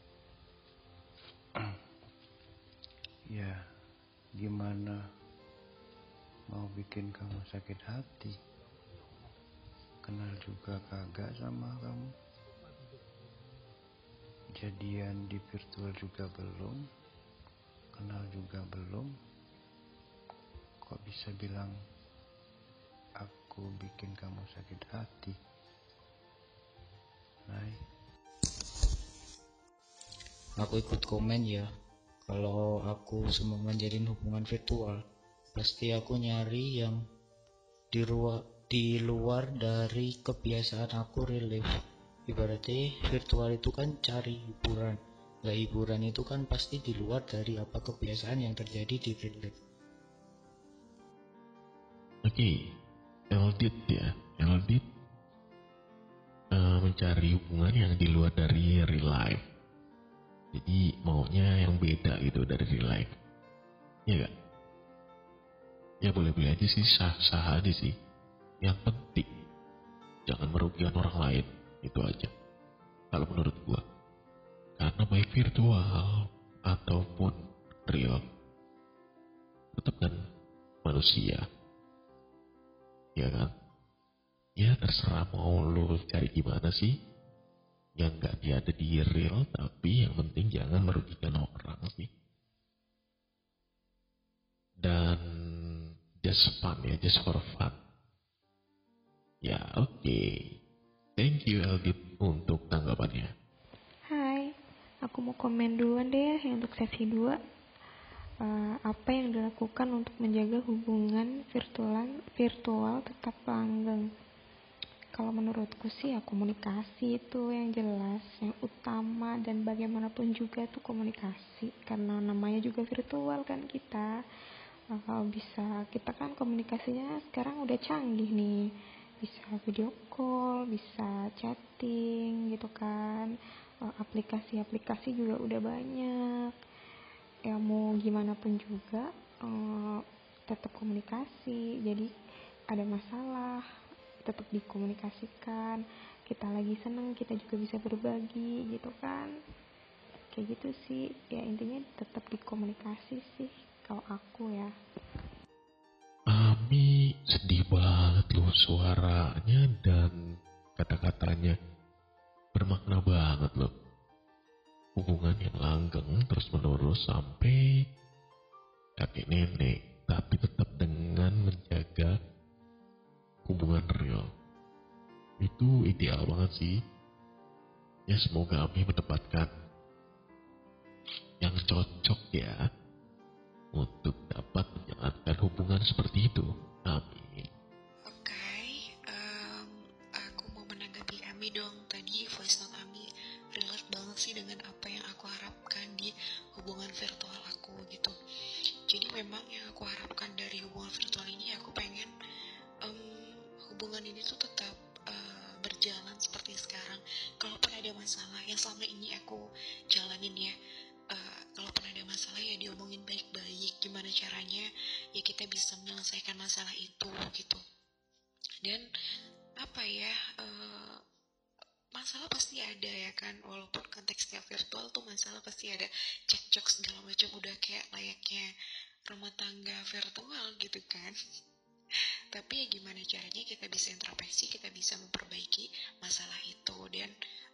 Ya, gimana mau bikin kamu sakit hati? Kenal juga kagak sama kamu, jadian di virtual juga belum, kenal juga belum, kok bisa bilang aku bikin kamu sakit hati? Hai, Aku ikut komen ya. Kalau aku semua menjalin hubungan virtual, pasti aku nyari yang di luar dari kebiasaan aku relief. Ibaratnya virtual itu kan cari hiburan. Lah hiburan itu kan pasti di luar dari apa kebiasaan yang terjadi di real life. Oke, Eldit ya, mencari hubungan yang di luar dari real life. Jadi maunya yang beda gitu dari real life. Iya gak? Ya boleh-boleh aja sih, sah-sah aja sih. Yang penting jangan merugikan orang lain, itu aja kalau menurut gua. Karena baik virtual ataupun real, tetap kan manusia, ya kan? Ya terserah mau lu cari gimana sih, yang gak dia ada di real, tapi yang penting jangan merugikan orang sih. Dan just fun ya, just for fun. Ya oke. Thank you Elgit untuk tanggapannya. Hai, aku mau komen duluan deh untuk sesi 2. Apa yang dilakukan untuk menjaga hubungan virtual tetap langgeng? Kalau menurutku sih ya komunikasi itu yang jelas, yang utama, dan bagaimanapun juga tuh komunikasi, karena namanya juga virtual kan kita. Kalau bisa, kita kan komunikasinya sekarang udah canggih nih, bisa video call, bisa chatting gitu kan. Aplikasi-aplikasi juga udah banyak. Ya mau gimana pun juga tetap komunikasi. Jadi ada masalah tetap dikomunikasikan. Kita lagi seneng, kita juga bisa berbagi gitu kan. Kayak gitu sih. Ya intinya tetap dikomunikasi sih kalau aku ya. Ami sedih banget loh, suaranya dan kata-katanya bermakna banget loh. Hubungan yang langgeng terus menerus sampai kakek nenek, tapi tetap dengan menjaga hubungan real. Itu ideal banget sih. Ya semoga Ami mendapatkan yang cocok ya untuk dapat menjalankan hubungan seperti itu. Amin. Oke, aku mau menanggapi Ami dong. Tadi voice note Ami relate banget sih dengan apa yang aku harapkan di hubungan virtual aku gitu. Jadi memang yang aku harapkan dari hubungan virtual ini, aku pengen hubungan ini tuh tetap berjalan seperti sekarang. Kalaupun ada masalah yang selama ini aku jalanin ya, kalaupun ada masalah ya diomongin baik-baik, gimana caranya ya kita bisa menyelesaikan masalah itu gitu. Dan apa ya, masalah pasti ada ya kan, walaupun konteksnya virtual tuh masalah pasti ada, cekcok segala macam, udah kayak layaknya rumah tangga virtual gitu kan. Tapi ya gimana caranya kita bisa introspeksi, kita bisa memperbaiki masalah itu dan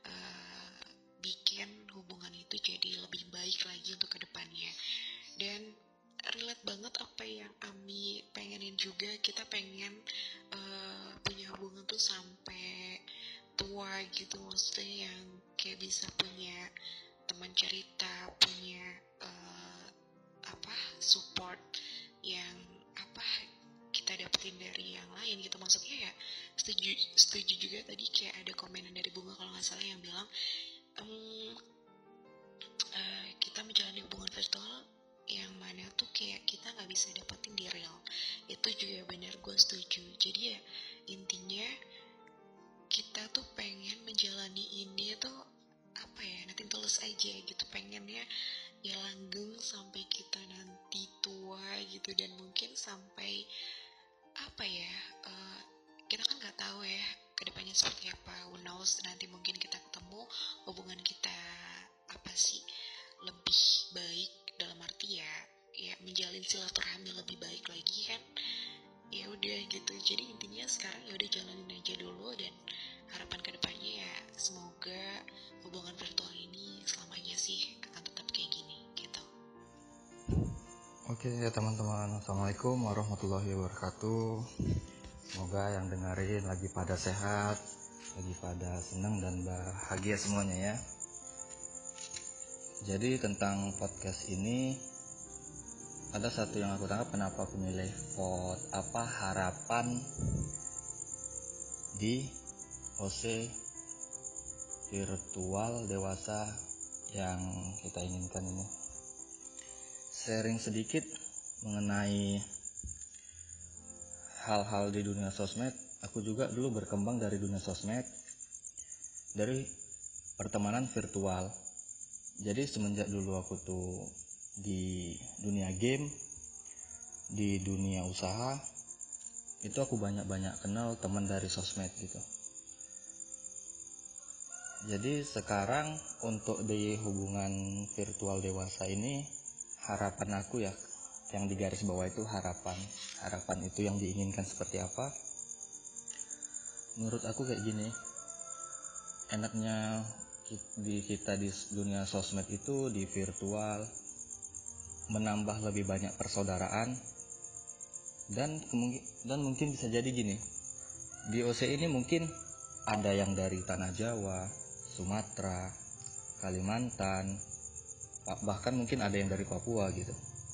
bikin hubungan itu jadi lebih baik lagi untuk kedepannya. Dan relate banget apa yang Ami pengenin juga. Kita pengen punya hubungan tuh sampai tua gitu, maksudnya yang kayak bisa punya teman cerita, punya support yang kita dapetin dari yang lain gitu. Maksudnya ya setuju juga tadi kayak ada komenan dari Bunga kalau nggak salah yang bilang kita menjalani hubungan virtual yang mana tuh kayak kita nggak bisa dapetin di real. Itu juga benar, gue setuju. Jadi ya intinya kita tuh pengen menjalani ini tuh nanti tulus aja gitu, pengennya ya langgeng sampai kita nanti tua gitu. Dan mungkin sampai kita kan nggak tahu ya kedepannya seperti apa. Who knows, nanti mungkin kita ketemu hubungan kita lebih baik, dalam arti ya menjalin silaturahmi lebih baik lagi kan. Ya udah gitu. Jadi intinya sekarang ya udah jalanin aja dulu, dan harapan kedepannya ya semoga hubungan virtual ini selamanya sih akan tetap kayak gini gitu. Oke ya teman-teman, assalamualaikum warahmatullahi wabarakatuh. Semoga yang dengerin lagi pada sehat, lagi pada senang dan bahagia semuanya ya. Jadi tentang podcast ini ada satu yang aku tangkap, kenapa aku milih harapan di OC virtual dewasa yang kita inginkan ini. Sharing sedikit mengenai hal-hal di dunia sosmed. Aku juga dulu berkembang dari dunia sosmed. dari pertemanan virtual. Jadi semenjak dulu aku tuh di dunia game, di dunia usaha, itu aku banyak-banyak kenal teman dari sosmed gitu. Jadi sekarang untuk di hubungan virtual dewasa ini, harapan aku ya, yang di garis bawah itu harapan itu yang diinginkan seperti apa. Menurut aku kayak gini, enaknya kita di dunia sosmed itu, di virtual, menambah lebih banyak persaudaraan, dan mungkin bisa jadi gini, di OC ini mungkin ada yang dari tanah Jawa, Sumatera, Kalimantan, bahkan mungkin ada yang dari Papua gitu.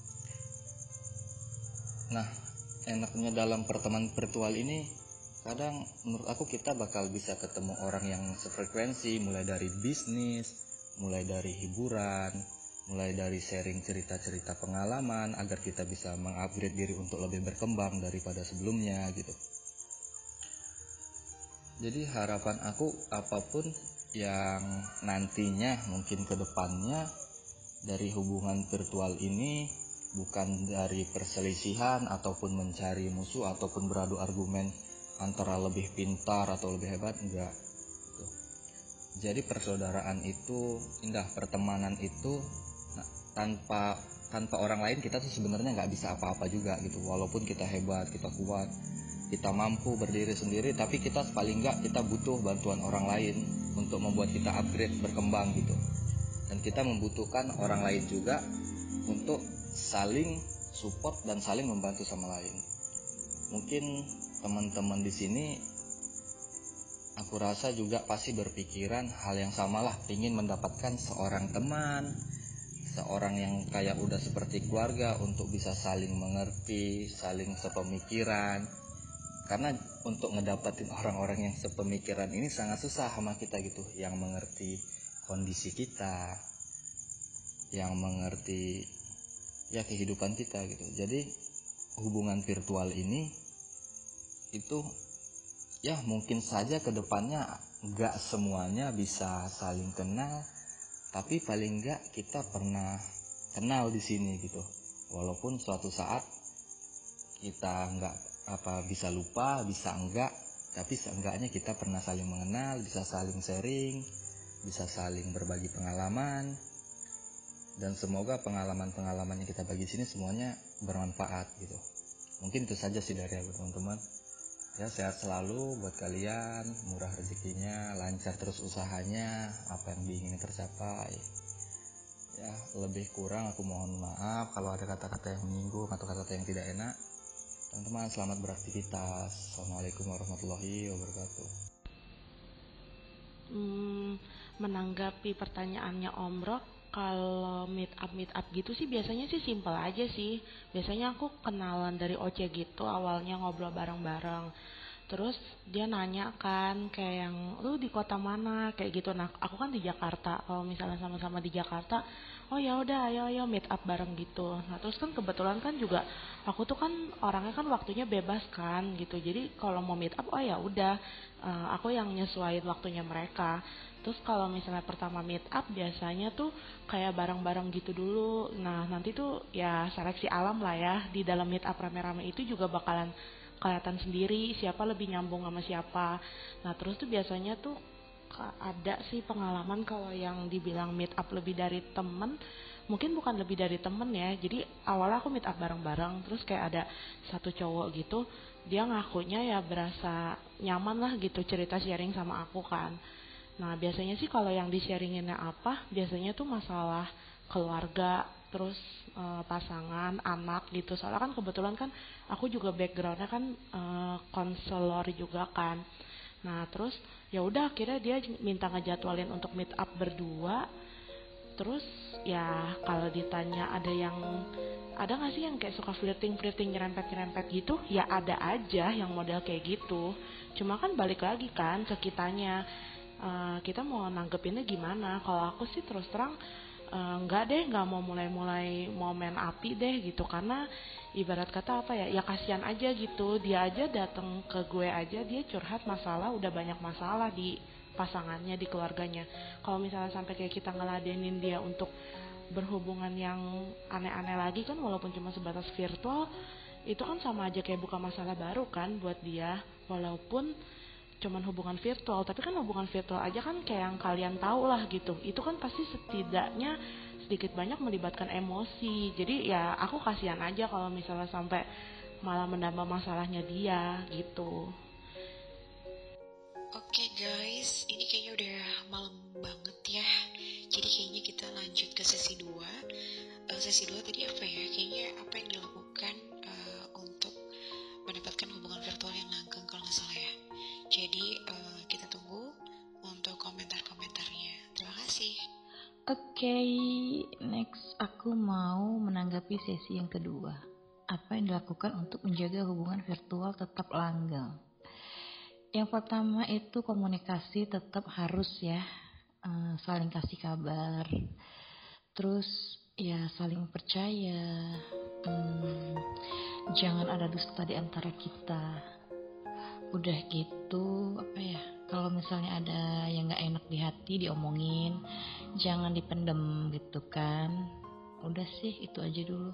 Nah, enaknya dalam pertemanan virtual ini, kadang menurut aku kita bakal bisa ketemu orang yang sefrekuensi, mulai dari bisnis, mulai dari hiburan, mulai dari sharing cerita-cerita pengalaman, agar kita bisa mengupgrade diri untuk lebih berkembang daripada sebelumnya gitu. Jadi harapan aku, apapun yang nantinya mungkin ke depannya dari hubungan virtual ini, bukan dari perselisihan ataupun mencari musuh ataupun beradu argumen antara lebih pintar atau lebih hebat, enggak. Jadi persaudaraan itu indah, pertemanan itu tanpa orang lain kita tuh sebenarnya nggak bisa apa-apa juga gitu. Walaupun kita hebat, kita kuat, kita mampu berdiri sendiri, tapi kita paling nggak kita butuh bantuan orang lain untuk membuat kita upgrade, berkembang gitu. Dan kita membutuhkan orang lain juga untuk saling support dan saling membantu sama lain. Mungkin teman-teman di sini, aku rasa juga pasti berpikiran hal yang samalah, ingin mendapatkan seorang teman, seorang yang kayak udah seperti keluarga untuk bisa saling mengerti, saling sepemikiran. Karena untuk ngedapatin orang-orang yang sepemikiran ini sangat susah sama kita gitu, yang mengerti kondisi kita, yang mengerti ya kehidupan kita gitu. Jadi hubungan virtual ini itu ya mungkin saja ke depannya gak semuanya bisa saling kenal, tapi paling gak kita pernah kenal di sini gitu. Walaupun suatu saat kita bisa lupa, bisa enggak, tapi seenggaknya kita pernah saling mengenal, bisa saling sharing, bisa saling berbagi pengalaman. Dan semoga pengalaman-pengalaman yang kita bagi sini semuanya bermanfaat gitu. Mungkin itu saja sih dari aku, teman-teman. Ya, sehat selalu buat kalian, murah rezekinya, lancar terus usahanya, apa yang diingin tercapai. Ya, lebih kurang aku mohon maaf kalau ada kata-kata yang menyinggung atau kata-kata yang tidak enak. Teman-teman, selamat beraktivitas. Assalamualaikum warahmatullahi wabarakatuh. Menanggapi pertanyaannya Om Rock, kalau meet up gitu sih biasanya sih simpel aja sih. Biasanya aku kenalan dari OC gitu, awalnya ngobrol bareng-bareng. Terus dia nanya kan kayak yang lu di kota mana kayak gitu. Nah, aku kan di Jakarta. Kalau misalnya sama-sama di Jakarta, oh ya udah ayo meet up bareng gitu. Nah, terus kan kebetulan kan juga aku tuh kan orangnya kan waktunya bebas kan gitu. Jadi kalau mau meet up, oh ya udah aku yang nyesuaiin waktunya mereka. Terus kalau misalnya pertama meet up biasanya tuh kayak bareng-bareng gitu dulu. Nah, nanti tuh ya seleksi alam lah ya. Di dalam meet up rame-rame itu juga bakalan kelihatan sendiri siapa lebih nyambung sama siapa. Nah, terus tuh biasanya tuh ada sih pengalaman kalau yang dibilang meet up lebih dari temen, mungkin bukan lebih dari temen ya. Jadi awalnya aku meet up bareng-bareng, terus kayak ada satu cowok gitu, dia ngakunya ya berasa nyaman lah gitu cerita sharing sama aku kan. Nah, biasanya sih kalau yang di-sharinginnya apa, biasanya tuh masalah keluarga, terus pasangan, anak gitu. Soalnya kan kebetulan kan aku juga backgroundnya kan konselor juga kan. Nah, terus ya udah akhirnya dia minta ngejadwalin untuk meet up berdua. Terus ya kalau ditanya ada nggak sih yang kayak suka flirting nyerempet gitu? Ya ada aja yang model kayak gitu. Cuma kan balik lagi kan ke kitanya. Kita mau nanggepinnya gimana. Kalau aku sih terus terang nggak mau mulai mau main api deh gitu, karena ibarat kata apa ya kasihan aja gitu, dia aja datang ke gue aja dia curhat masalah, udah banyak masalah di pasangannya, di keluarganya. Kalau misalnya sampai kayak kita ngeladenin dia untuk berhubungan yang aneh-aneh lagi kan, walaupun cuma sebatas virtual, itu kan sama aja kayak buka masalah baru kan buat dia, walaupun cuman hubungan virtual. Tapi kan hubungan virtual aja kan kayak yang kalian tahu lah gitu, itu kan pasti setidaknya sedikit banyak melibatkan emosi. Jadi ya aku kasihan aja kalau misalnya sampai malah menambah masalahnya dia gitu. Oke guys, ini kayaknya udah malam banget ya. Jadi kayaknya kita lanjut ke sesi 2. Sesi 2 tadi apa ya? Kayaknya apa yang dilakukan untuk mendapatkan hubungan virtual yang langgeng kalau nggak salah ya. Jadi kita tunggu untuk komentar-komentarnya. Terima kasih. Oke, next aku mau menanggapi sesi yang kedua. Apa yang dilakukan untuk menjaga hubungan virtual tetap langgeng? Yang pertama itu komunikasi tetap harus ya, saling kasih kabar, terus ya saling percaya, jangan ada dusta di antara kita. Udah gitu apa ya, kalau misalnya ada yang gak enak di hati diomongin, jangan dipendem gitu kan. Udah sih itu aja dulu.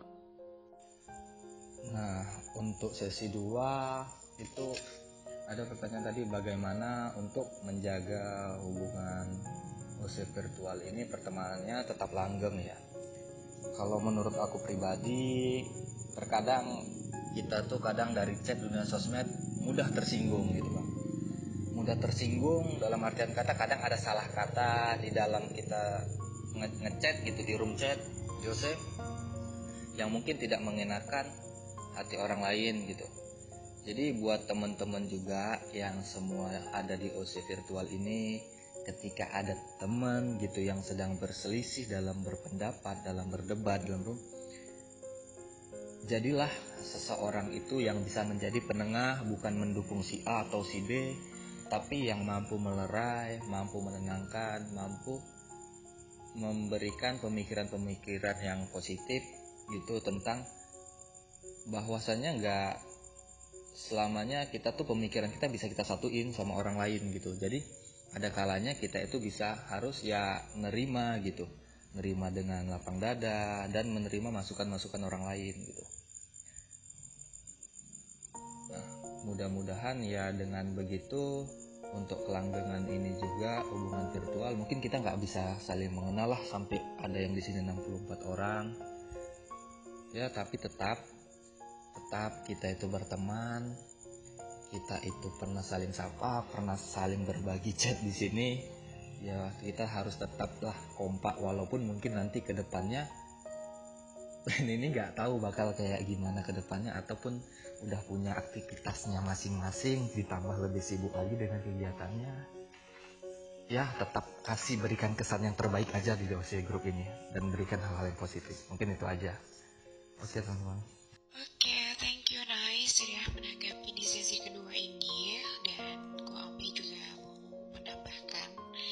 Nah, untuk sesi 2 itu ada pertanyaan tadi, bagaimana untuk menjaga hubungan OC virtual ini pertemanannya tetap langgeng ya. Kalau menurut aku pribadi, terkadang kita tuh kadang dari chat dunia sosmed mudah tersinggung gitu Bang. Mudah tersinggung dalam artian kata, kadang ada salah kata di dalam kita ngechat gitu di room chat Joseph yang mungkin tidak mengenakan hati orang lain gitu. Jadi buat teman-teman juga yang semua ada di OC virtual ini, ketika ada teman gitu yang sedang berselisih dalam berpendapat, dalam berdebat dalam room, jadilah seseorang itu yang bisa menjadi penengah, bukan mendukung si A atau si B, tapi yang mampu melerai, mampu menenangkan, mampu memberikan pemikiran-pemikiran yang positif gitu, tentang bahwasannya nggak selamanya kita tuh pemikiran kita bisa kita satuin sama orang lain gitu. Jadi ada kalanya kita itu bisa harus ya nerima gitu, nerima dengan lapang dada dan menerima masukan-masukan orang lain gitu. Nah, mudah-mudahan ya dengan begitu untuk kelanggengan ini juga hubungan virtual, mungkin kita nggak bisa saling mengenal lah sampai ada yang di sini 64 orang ya, tapi tetap kita itu berteman, kita itu pernah saling sapa, pernah saling berbagi chat di sini ya. Kita harus tetaplah kompak, walaupun mungkin nanti ke depannya ini nggak tahu bakal kayak gimana ke depannya, ataupun udah punya aktivitasnya masing-masing, ditambah lebih sibuk lagi dengan kegiatannya ya. Tetap berikan kesan yang terbaik aja di OC Group ini dan berikan hal-hal yang positif. Mungkin itu aja. Oke teman-teman. Oke, thank you Nice sudah menanggapi di sesi kedua ini. Dan Ko Ami juga mau menambahkan,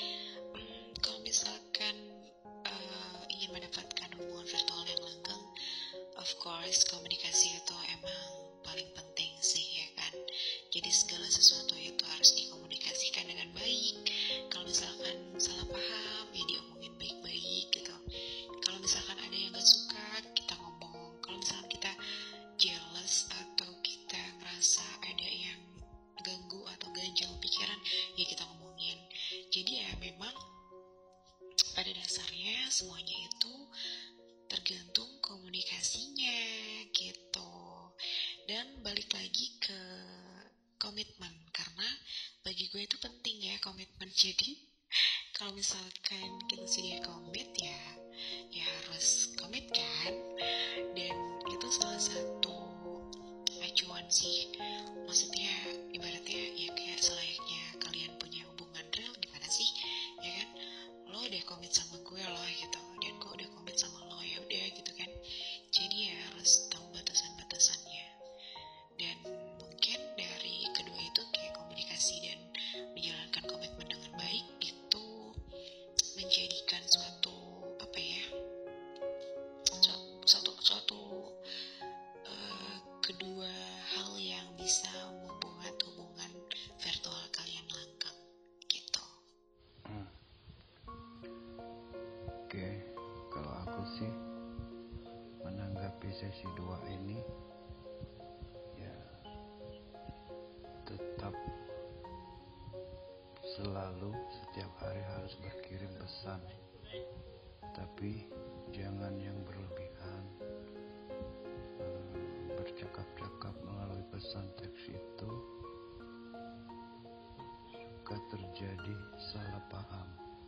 kalau misalkan ingin mendapatkan hubungan virtual yang langgeng, of course komunikasi itu emang paling penting sih ya kan. Jadi segala sesuatu itu harus dikomunikasikan dengan baik. Kalau misalkan salah paham ya diomongin baik-baik gitu. Kalau misalkan ada yang gak suka, kita ngomong. Kalau misalkan kita jealous atau kita ngerasa ada yang ganggu atau ganjal pikiran, ya kita ngomongin. Jadi ya memang pada dasarnya semuanya itu tergantung komunikasinya gitu. Dan balik lagi ke komitmen, karena bagi gue itu penting ya komitmen. Jadi kalau misalkan kita sudah komit ya harus komit kan. Dan itu salah satu acuan sih, maksudnya ibaratnya ya kayak selayaknya kalian punya hubungan real, gimana sih ya kan, lo udah komit sama gue loh gitu, dan gue udah komit sama lo, ya udah gitu kan. Jadi ya harus tahu batasan-batasannya. Dan mungkin dari kedua itu kayak komunikasi dan menjalankan komitmen dengan baik itu menjadikan suatu apa ya, pesan, tapi jangan yang berlebihan. Bercakap-cakap melalui pesan teks itu suka terjadi salah paham.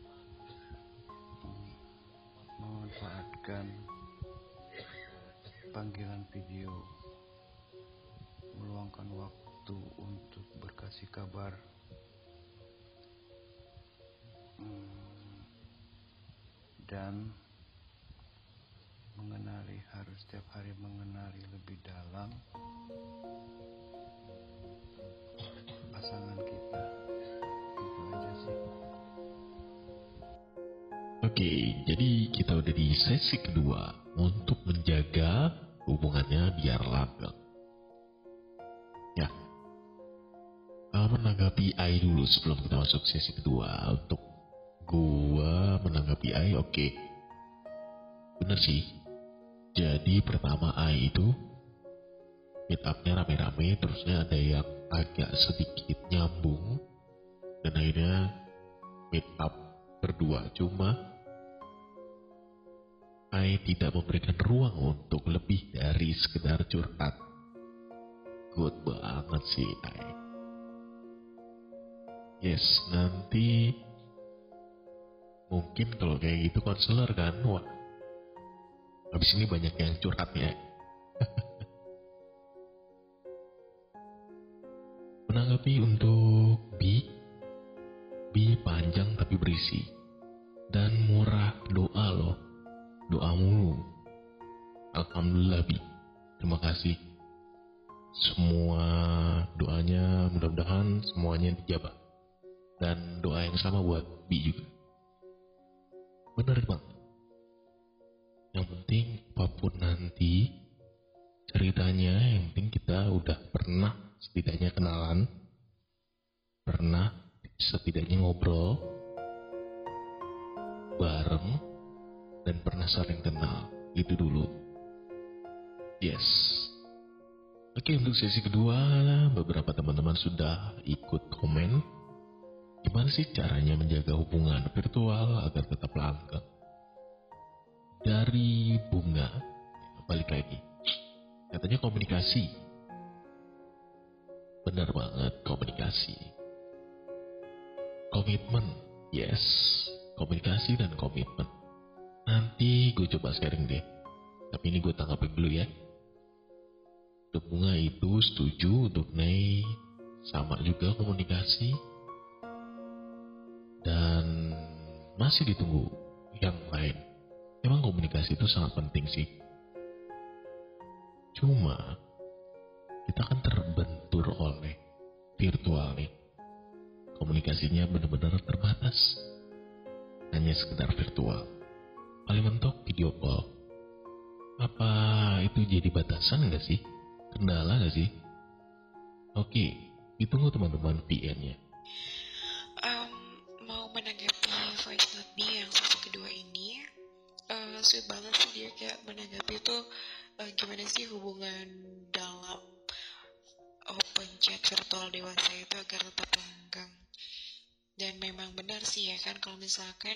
Memanfaatkan panggilan video, meluangkan waktu untuk berkasih kabar, dan harus setiap hari mengenali lebih dalam pasangan kita. Itu aja sih. Oke, jadi kita udah di sesi kedua untuk menjaga hubungannya biar langgeng. Ya, menanggapi Ai dulu sebelum kita masuk sesi kedua. Untuk gua menanggapi Ai, oke. Bener sih. Jadi pertama Ai itu meet up-nya rame-rame, terusnya ada yang agak sedikit nyambung, dan akhirnya meet up berdua. Cuma Ai tidak memberikan ruang untuk lebih dari sekedar curhat. Good banget sih Ai. Yes, nanti mungkin kalau kayak gitu konselor kan, wah, habis ini banyak yang curhat ya. Menanggapi untuk B panjang tapi berisi dan murah doa loh, doa mulu. Alhamdulillah Bi, terima kasih. Semua doanya mudah-mudahan semuanya dijabah, dan doa yang sama buat B juga. Bener bang. Yang penting apapun nanti ceritanya, yang penting kita udah pernah setidaknya kenalan, pernah setidaknya ngobrol bareng, dan pernah saling kenal. Itu dulu. Yes. Oke, untuk sesi kedua beberapa teman-teman sudah ikut komen. Gimana sih caranya menjaga hubungan virtual agar tetap langgeng? Dari Bunga, balik lagi, katanya komunikasi. Benar banget, komunikasi. Komitmen, yes, komunikasi dan komitmen. Nanti gue coba sharing deh, tapi ini gue tanggapin dulu ya. Untuk Bunga itu setuju, untuk Nei sama juga komunikasi, dan masih ditunggu yang lain. Emang komunikasi itu sangat penting sih. Cuma kita kan terbentur oleh virtual nih. Komunikasinya benar-benar terbatas. Hanya sekedar virtual. Paling mentok video call. Apa itu jadi batasan gak sih? Kendala gak sih? Oke, ditunggu teman-teman VN-nya. Mau menanggapi voice note B yang sesi kedua ini, sweet banget sih dia kayak menanggapi tuh gimana sih hubungan dalam open chat virtual dewasa itu agar tetap langgeng. Dan memang benar sih ya kan, kalau misalkan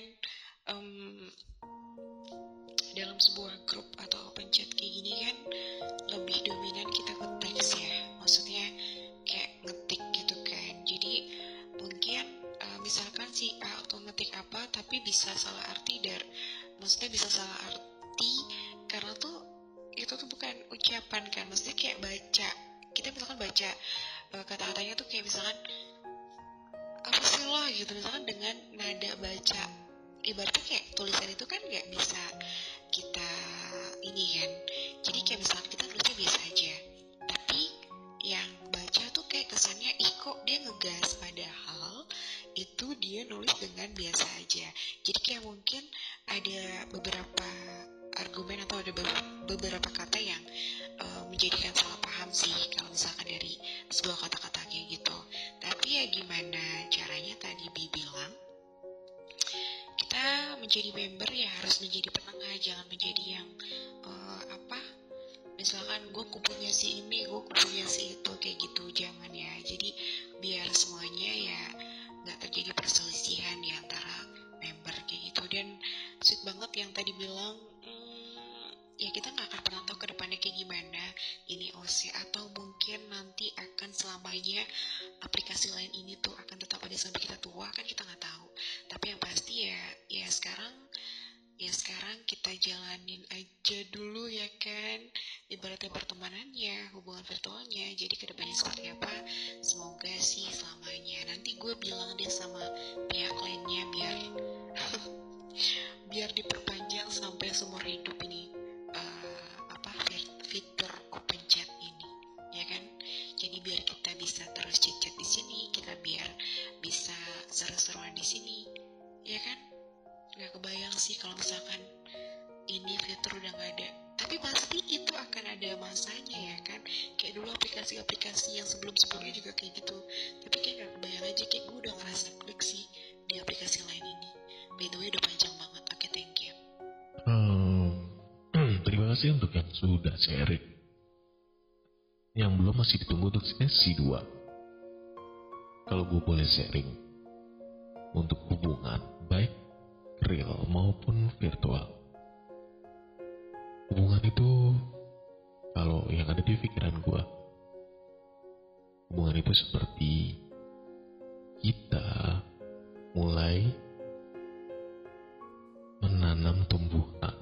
dalam sebuah grup atau open chat kayak gini kan lebih dominan kita nge-text ya, maksudnya kayak ngetik gitu kan. Jadi mungkin misalkan si A atau ngetik apa tapi bisa salah arti, maksudnya bisa salah arti karena tuh itu tuh bukan ucapan kan, maksudnya kayak baca, kita misalkan baca kata-katanya tuh kayak misalkan apa sih lo gitu, misalkan dengan nada baca, ibaratnya kayak tulisan itu kan nggak bisa kita ini kan, jadi kayak misalkan kita tulisnya biasa aja, tapi yang baca tuh kayak kesannya ih kok dia ngegas, padahal itu dia nulis dengan biasa aja. Jadi kayak mungkin ada beberapa argumen atau ada beberapa kata yang menjadikan salah paham sih kalau misalkan dari sebuah kata-kata kayak gitu. Tapi ya gimana caranya, tadi Bi bilang kita menjadi member ya harus menjadi penengah, jangan menjadi yang misalkan gue kupunya si ini, gue kupunya si itu, kayak gitu, jangan ya. Jadi biar semuanya ya nggak terjadi perselisihan di antara member kayak gitu. banget yang tadi bilang, ya kita nggak akan pernah tahu ke depannya kayak gimana ini OC, atau mungkin nanti akan selamanya aplikasi lain ini tuh akan tetap ada sampai kita tua, kan kita nggak tahu. Tapi yang pasti ya sekarang kita jalanin aja dulu ya kan, ibaratnya pertemanannya, hubungan virtualnya. Jadi kedepannya seperti apa, semoga sih selamanya. Nanti gue bilang deh sama pihak lainnya biar diperpanjang sampai seumur hidup ini, fitur open chat ini, ya kan. Jadi biar kita bisa terus chat di sini, kita biar bisa seru-seruan di sini, ya kan. Gak kebayang sih kalau misalkan ini fitur udah gak ada, tapi pasti itu akan ada masanya ya kan. Kayak dulu aplikasi-aplikasi yang sebelum-sebelumnya juga kayak gitu, tapi kayak gak kebayang aja, kayak gue udah ngerasa klik sih di aplikasi lain ini. By the way udah panjang banget. Oke, thank you. Terima kasih untuk yang sudah sharing. Yang belum masih ditunggu untuk sesi 2. Kalau gue boleh sharing, untuk hubungan baik real maupun virtual, hubungan itu, kalau yang ada di pikiran gue, hubungan itu seperti kita mulai menanam tumbuhan,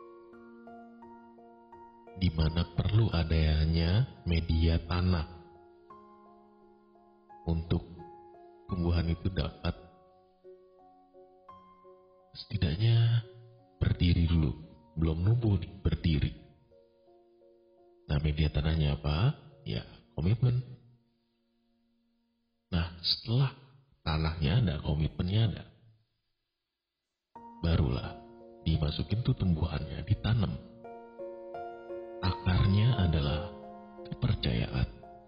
di mana perlu adanya media tanah untuk tumbuhan itu dapat setidaknya berdiri dulu, belum numbuh nih, berdiri. Nah, media tanahnya apa? Ya, komitmen. Nah, setelah tanahnya ada, komitmennya ada, barulah dimasukin tuh tumbuhannya, ditanam. Akarnya adalah kepercayaan.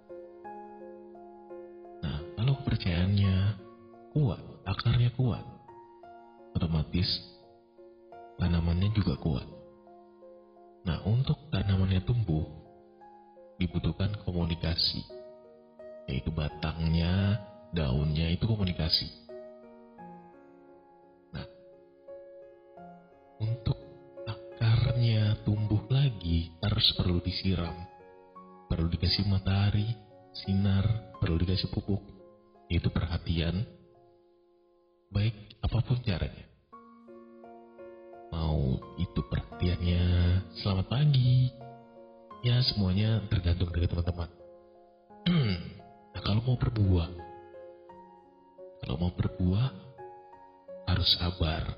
Nah, kalau kepercayaannya kuat, akarnya kuat, otomatis tanamannya juga kuat. Nah, untuk tanamannya tumbuh dibutuhkan komunikasi, yaitu batangnya, daunnya itu komunikasi. Nah, untuk akarnya tumbuh lagi harus perlu disiram, perlu dikasih matahari, sinar, perlu dikasih pupuk, yaitu perhatian, baik apapun caranya. Mau itu perhatiannya selamat pagi, ya semuanya tergantung dari teman-teman. Nah, kalau mau berbuah harus sabar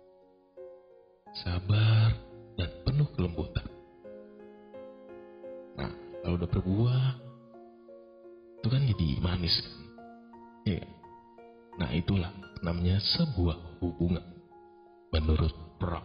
dan penuh kelembutan. Nah, kalau udah berbuah itu kan jadi manis kan, ya. Nah, itulah namanya sebuah hubungan menurut Rock.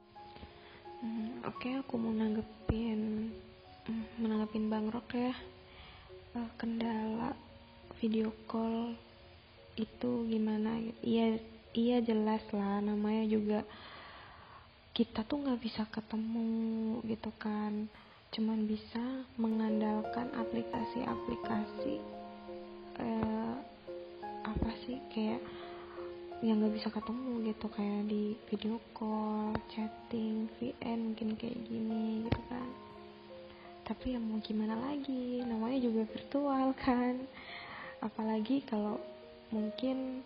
Oke, aku mau menanggapin Bang Rock ya. Kendala video call itu gimana? Iya jelas lah, namanya juga kita tuh nggak bisa ketemu gitu kan, cuman bisa mengandalkan aplikasi-aplikasi kayak yang nggak bisa ketemu gitu, kayak di video call, chatting, VN mungkin kayak gini gitu kan. Tapi ya mau gimana lagi, namanya juga virtual kan, apalagi kalau mungkin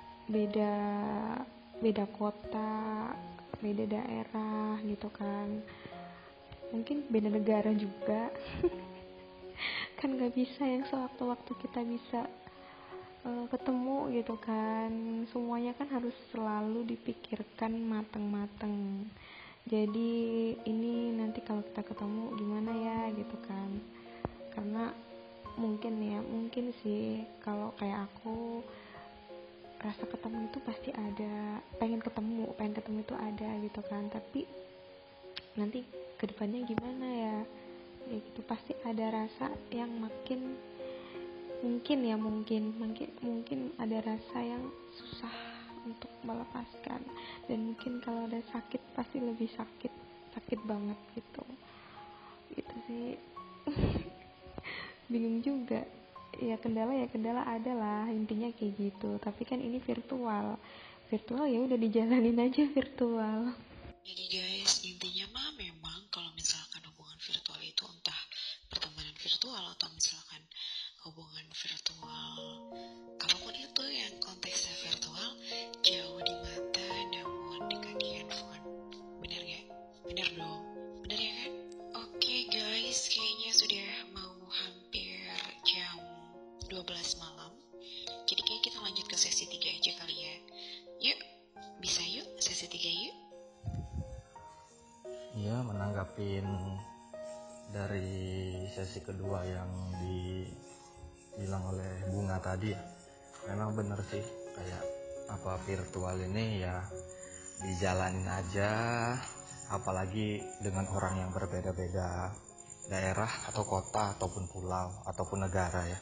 beda kota, beda daerah gitu kan, mungkin beda negara juga. Kan nggak bisa yang sewaktu-waktu kita bisa ketemu gitu kan, semuanya kan harus selalu dipikirkan matang-matang. Jadi ini nanti kalau kita ketemu gimana ya gitu kan, karena mungkin sih kalau kayak aku, rasa ketemu itu pasti ada, pengen ketemu itu ada gitu kan, tapi nanti kedepannya gimana ya gitu, pasti ada rasa yang mungkin ada rasa yang susah untuk melepaskan, dan mungkin kalau ada sakit pasti lebih sakit banget gitu sih. Bingung juga ya, kendala ada lah, intinya kayak gitu. Tapi kan ini virtual ya udah dijalanin aja virtual. Jadi guys, intinya mah memang kalau misalkan hubungan virtual itu entah pertemanan virtual atau misalkan hubungan virtual apapun itu yang konteksnya virtual, jauh di mata namun dekat di handphone. Bener gak? Bener dong. Bener ya kan? Oke guys, kayaknya sudah mau hampir jam 12 malam. Jadi kayak kita lanjut ke sesi 3 aja kali ya. Yuk, bisa yuk sesi 3 yuk. Iya, menanggapin dari sesi kedua yang dibilang oleh Bunga tadi ya, memang bener sih, kayak apa virtual ini ya dijalanin aja, apalagi dengan orang yang berbeda-beda daerah atau kota ataupun pulau ataupun negara ya.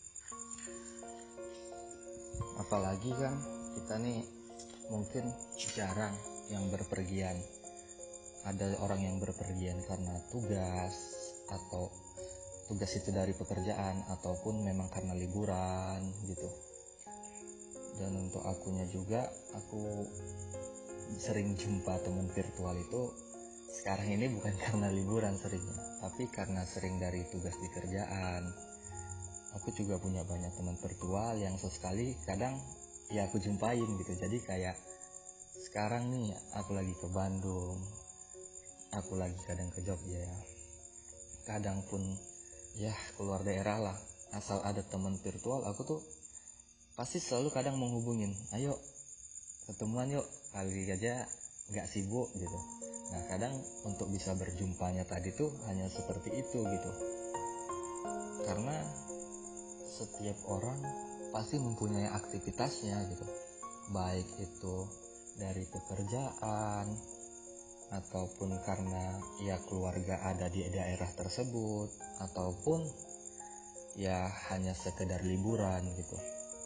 Apalagi kan kita nih mungkin jarang yang berpergian. Ada orang yang berpergian karena tugas, atau tugas itu dari pekerjaan, ataupun memang karena liburan gitu. Dan untuk akunya juga, aku sering jumpa teman virtual itu sekarang ini bukan karena liburan seringnya, tapi karena sering dari tugas di kerjaan. Aku juga punya banyak teman virtual yang sesekali kadang ya aku jumpain gitu. Jadi kayak sekarang nih aku lagi ke Bandung, aku lagi kadang ke Jogja ya, kadang pun ya keluar daerah lah, asal ada teman virtual aku tuh pasti selalu kadang menghubungin, ayo ketemuan yuk, kali aja gak sibuk gitu. Nah kadang untuk bisa berjumpanya tadi tuh hanya seperti itu gitu, karena setiap orang pasti mempunyai aktivitasnya gitu, baik itu dari pekerjaan ataupun karena ya keluarga ada di daerah tersebut, ataupun ya hanya sekedar liburan gitu.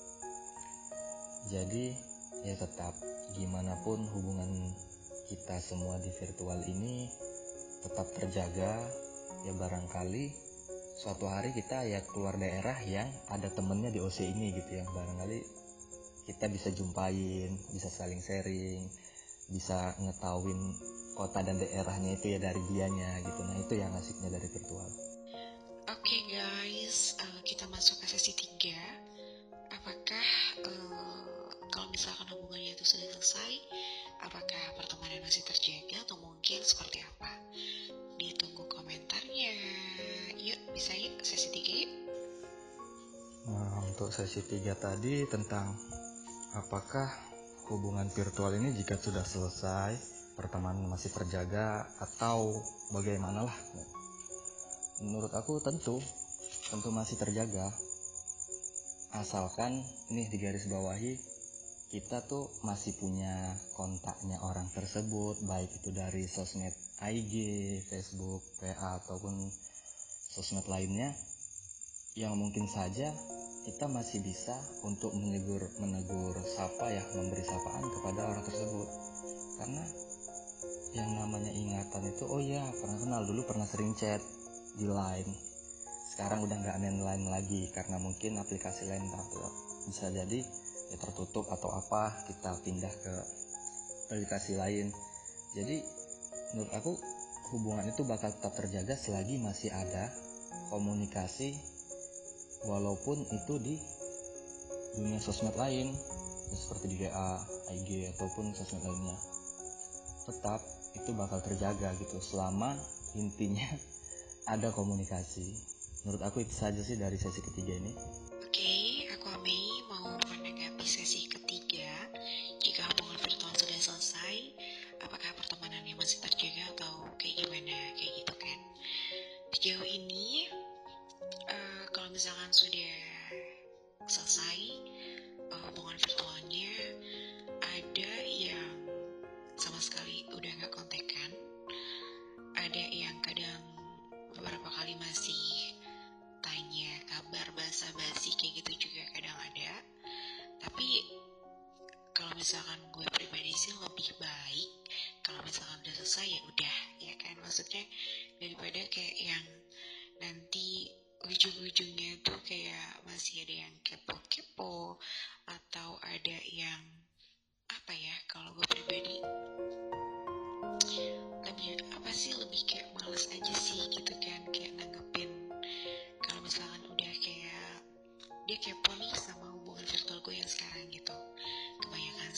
Jadi ya tetap gimana pun hubungan kita semua di virtual ini tetap terjaga ya. Barangkali suatu hari kita ya keluar daerah yang ada temennya di OC ini gitu, yang barangkali kita bisa jumpain, bisa saling sharing, bisa ngetahuin kota dan daerahnya itu ya dari dianya gitu. Nah itu yang asiknya dari virtual. Oke guys, kita masuk ke sesi 3. Apakah kalau misalkan hubungannya itu sudah selesai, apakah pertemanan masih terjaga atau mungkin seperti apa? Ditunggu komentarnya. Yuk, bisa yuk sesi 3 yuk. Nah untuk sesi 3 tadi tentang apakah hubungan virtual ini jika sudah selesai, pertemanan masih terjaga atau bagaimana lah. Menurut aku tentu masih terjaga, asalkan ini digarisbawahi kita tuh masih punya kontaknya orang tersebut, baik itu dari sosmed IG, Facebook, PA ataupun sosmed lainnya, yang mungkin saja kita masih bisa untuk menegur sapa ya, memberi sapaan kepada orang tersebut. Karena yang namanya ingatan itu, oh ya pernah kenal dulu, pernah sering chat di Line, sekarang udah nggak main Line lagi karena mungkin aplikasi lain bisa jadi ya tertutup atau apa, kita pindah ke aplikasi lain. Jadi menurut aku hubungan itu bakal tetap terjaga selagi masih ada komunikasi, walaupun itu di dunia sosmed lain seperti di WA, IG ataupun sosmed lainnya. Tetap itu bakal terjaga gitu selama intinya ada komunikasi. Menurut aku itu saja sih dari sesi ketiga ini. Oke, aku Amei mau menanggapi sesi ketiga. Jika hubungan virtual sudah selesai, apakah pertemanannya masih terjaga atau kayak gimana, kayak gitu kan. Sejauh ini kalau misalkan sudah selesai hubungan virtualnya, ada yang sama sekali udah gak kontekan, ada yang kadang beberapa kali masih tanya kabar basa-basi kayak gitu juga kadang ada. Tapi kalau misalkan gue pribadi sih lebih baik kalau misalkan udah selesai ya udah, ya kan, maksudnya daripada kayak yang nanti ujung-ujungnya tuh kayak masih ada yang kepo-kepo atau ada yang apa ya, kalau gue pribadi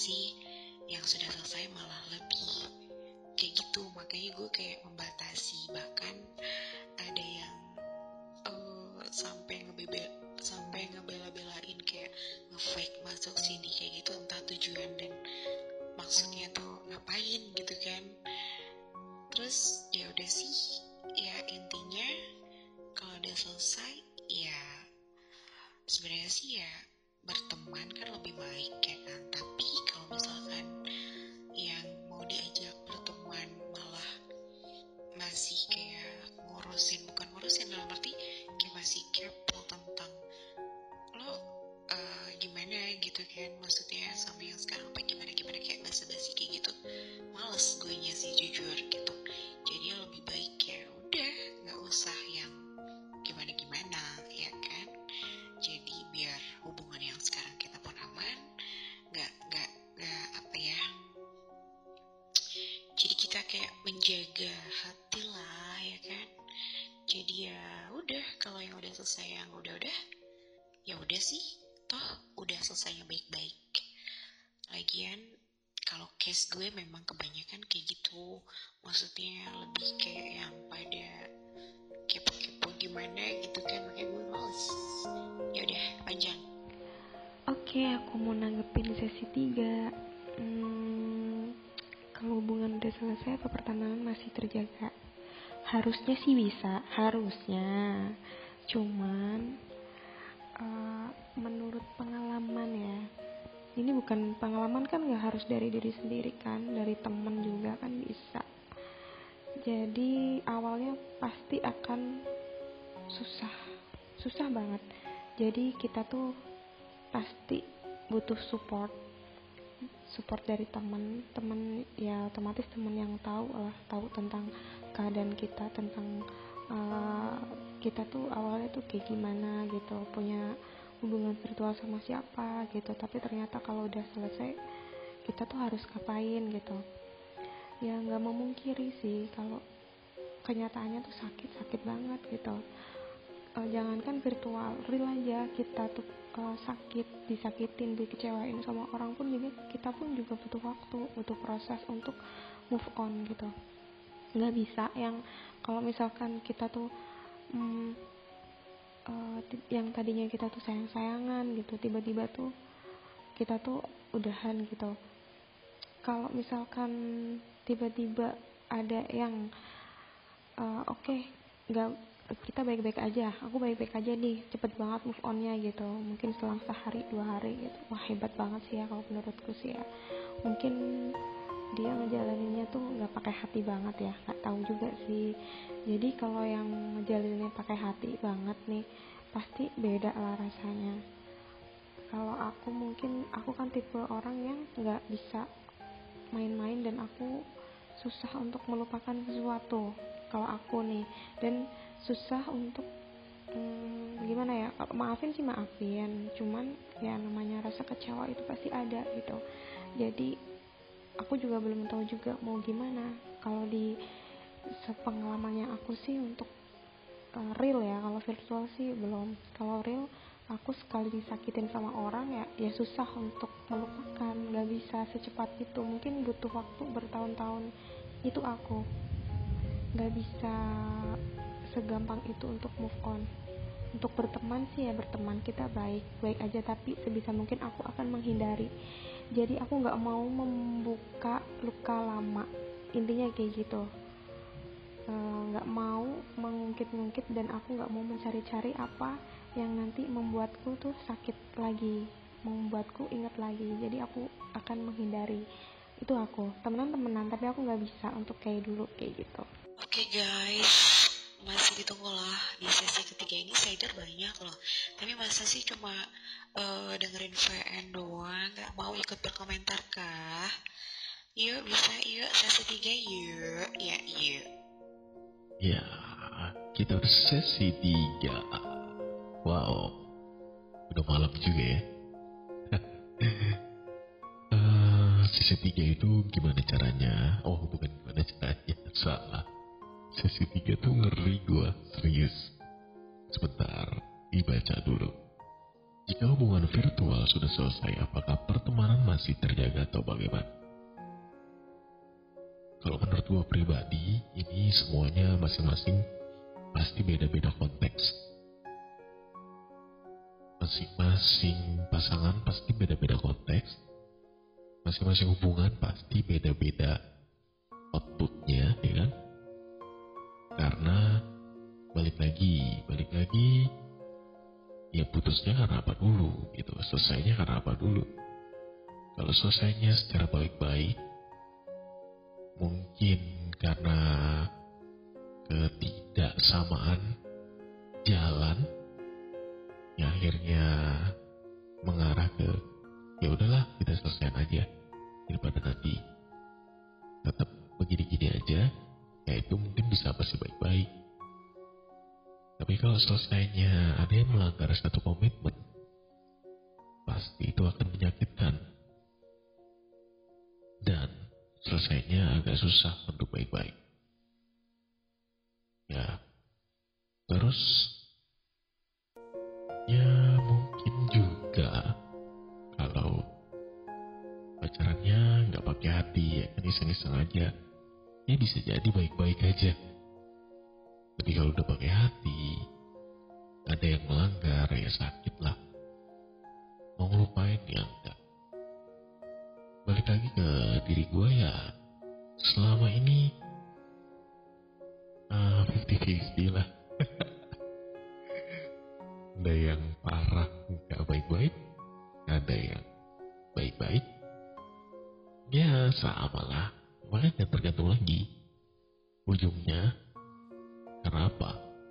sih yang sudah selesai malah lebih kayak gitu. Makanya gue kayak membatasi, bahkan ada yang sampai ngebela-belain kayak nge-fake masuk sini kayak gitu, entah tujuan dan maksudnya tuh ngapain gitu kan. Terus ya udah sih, ya intinya kalau udah selesai ya sebenarnya sih ya berteman kan lebih baik ya kan. Tapi kalau misalkan yang mau diajak berteman malah masih kayak bukan ngurusin dalam arti kayak masih kepo tentang lo gimana gitu kan, maksudnya sama yang sekarang apa gimana kayak basa-basi kayak gitu, males gue nya sih jujur gitu. Jadi lebih baik ya udah nggak usah yang gimana ya kan. Jadi biar hubungan yang sekarang kita pun aman, nggak apa ya, jadi kita kayak menjaga hati lah ya kan. Jadi ya udah, kalau yang udah selesai yang udah ya udah sih, toh udah selesainya baik-baik. Lagian kalau case gue memang kebanyakan kayak gitu, maksudnya lebih kayak yang pada kepo-kepo gimana gitu kan, makanya gue males. Ya udah panjang. Oke, aku mau nanggepin sesi 3. Kalau hubungan udah selesai apa pertemanan masih terjaga? Harusnya sih bisa, harusnya. Cuman menurut pengalaman ya, ini bukan pengalaman kan, gak harus dari diri sendiri kan, dari temen juga kan bisa. Jadi awalnya pasti akan susah banget. Jadi kita tuh pasti butuh support dari teman ya, otomatis teman yang tahu tentang keadaan kita, tentang kita tuh awalnya tuh kayak gimana gitu, punya hubungan virtual sama siapa gitu. Tapi ternyata kalau udah selesai kita tuh harus ngapain gitu. Ya nggak memungkiri sih kalau kenyataannya tuh sakit banget gitu. Jangankan virtual, real aja kita tuh sakit, disakitin, dikecewain sama orang pun juga, kita pun juga butuh waktu, butuh proses untuk move on gitu. Nggak bisa yang kalau misalkan kita tuh yang tadinya kita tuh sayang-sayangan gitu, tiba-tiba tuh kita tuh udahan gitu. Kalau misalkan tiba-tiba ada yang kita baik-baik aja, aku baik-baik aja nih, cepet banget move on-nya gitu, mungkin selang sehari 2 hari gitu. Wah, hebat banget sih ya kalau menurutku sih ya. Mungkin dia ngejalaninnya tuh nggak pakai hati banget ya, nggak tahu juga sih. Jadi kalau yang ngejalaninnya pakai hati banget nih, pasti beda lah rasanya. Kalau aku kan tipe orang yang nggak bisa main-main, dan aku susah untuk melupakan sesuatu kalau aku nih, dan susah untuk gimana ya, kalau maafin sih maafin, cuman ya namanya rasa kecewa itu pasti ada gitu. Jadi aku juga belum tahu juga mau gimana. Kalau di sepengalamannya aku sih untuk real ya, kalau virtual sih belum. Kalau real, aku sekali disakitin sama orang ya susah untuk melupakan, nggak bisa secepat itu, mungkin butuh waktu bertahun-tahun. Itu aku nggak bisa segampang itu untuk move on. Untuk berteman sih ya berteman, kita baik aja, tapi sebisa mungkin aku akan menghindari. Jadi aku nggak mau membuka luka lama, intinya kayak gitu. Nggak mau mengungkit-ungkit, dan aku nggak mau mencari-cari apa yang nanti membuatku tuh sakit lagi, membuatku ingat lagi. Jadi aku akan menghindari. Itu aku temenan, tapi aku nggak bisa untuk kayak dulu kayak gitu. Oke guys, masih ditunggu lah di sesi ketiga ini. Cider banyak loh, tapi masa sih cuma dengerin VN doang, nggak mau ikut berkomentar kah? Yuk bisa, yuk sesi 3 yuk. Ya yuk. Ya, kita udah sesi 3. Wow, udah malam juga ya. Sesi 3 itu gimana caranya? Oh, bukan gimana caranya, salah. Sesi 3 tuh ngeri gua, serius. Sebentar, dibaca dulu. Jika hubungan virtual sudah selesai, apakah pertemanan masih terjaga atau bagaimana? Kalau menurut gue pribadi, ini semuanya masing-masing pasti beda-beda konteks. Masing-masing pasangan pasti beda-beda konteks. Masing-masing hubungan pasti beda-beda outputnya, ya kan? Karena balik lagi, ya putusnya karena apa dulu, gitu. Selesainya karena apa dulu. Kalau selesainya secara baik-baik, mungkin karena ketidaksamaan jalan, yang akhirnya mengarah ke ya udahlah kita selesaikan aja daripada nanti tetap begini-gini aja, ya itu mungkin bisa masih baik-baik. Tapi kalau selesainya ada yang melanggar satu komitmen, pasti itu akan menyakitkan dan selesainya agak susah untuk baik-baik. Ya, terus ya mungkin juga kalau pacarannya nggak pakai hati, ya kan iseng-iseng aja, ya bisa jadi baik-baik aja. Tapi kalau udah pakai hati, ada yang melanggar, ya sakit lah. Mau ngelupain ya enggak. Balik lagi ke diri gue, ya selama ini 50-50 lah. Ada yang parah nggak baik-baik, ada yang baik-baik, ya sama lah. Makanya tergantung lagi ujungnya karena apa.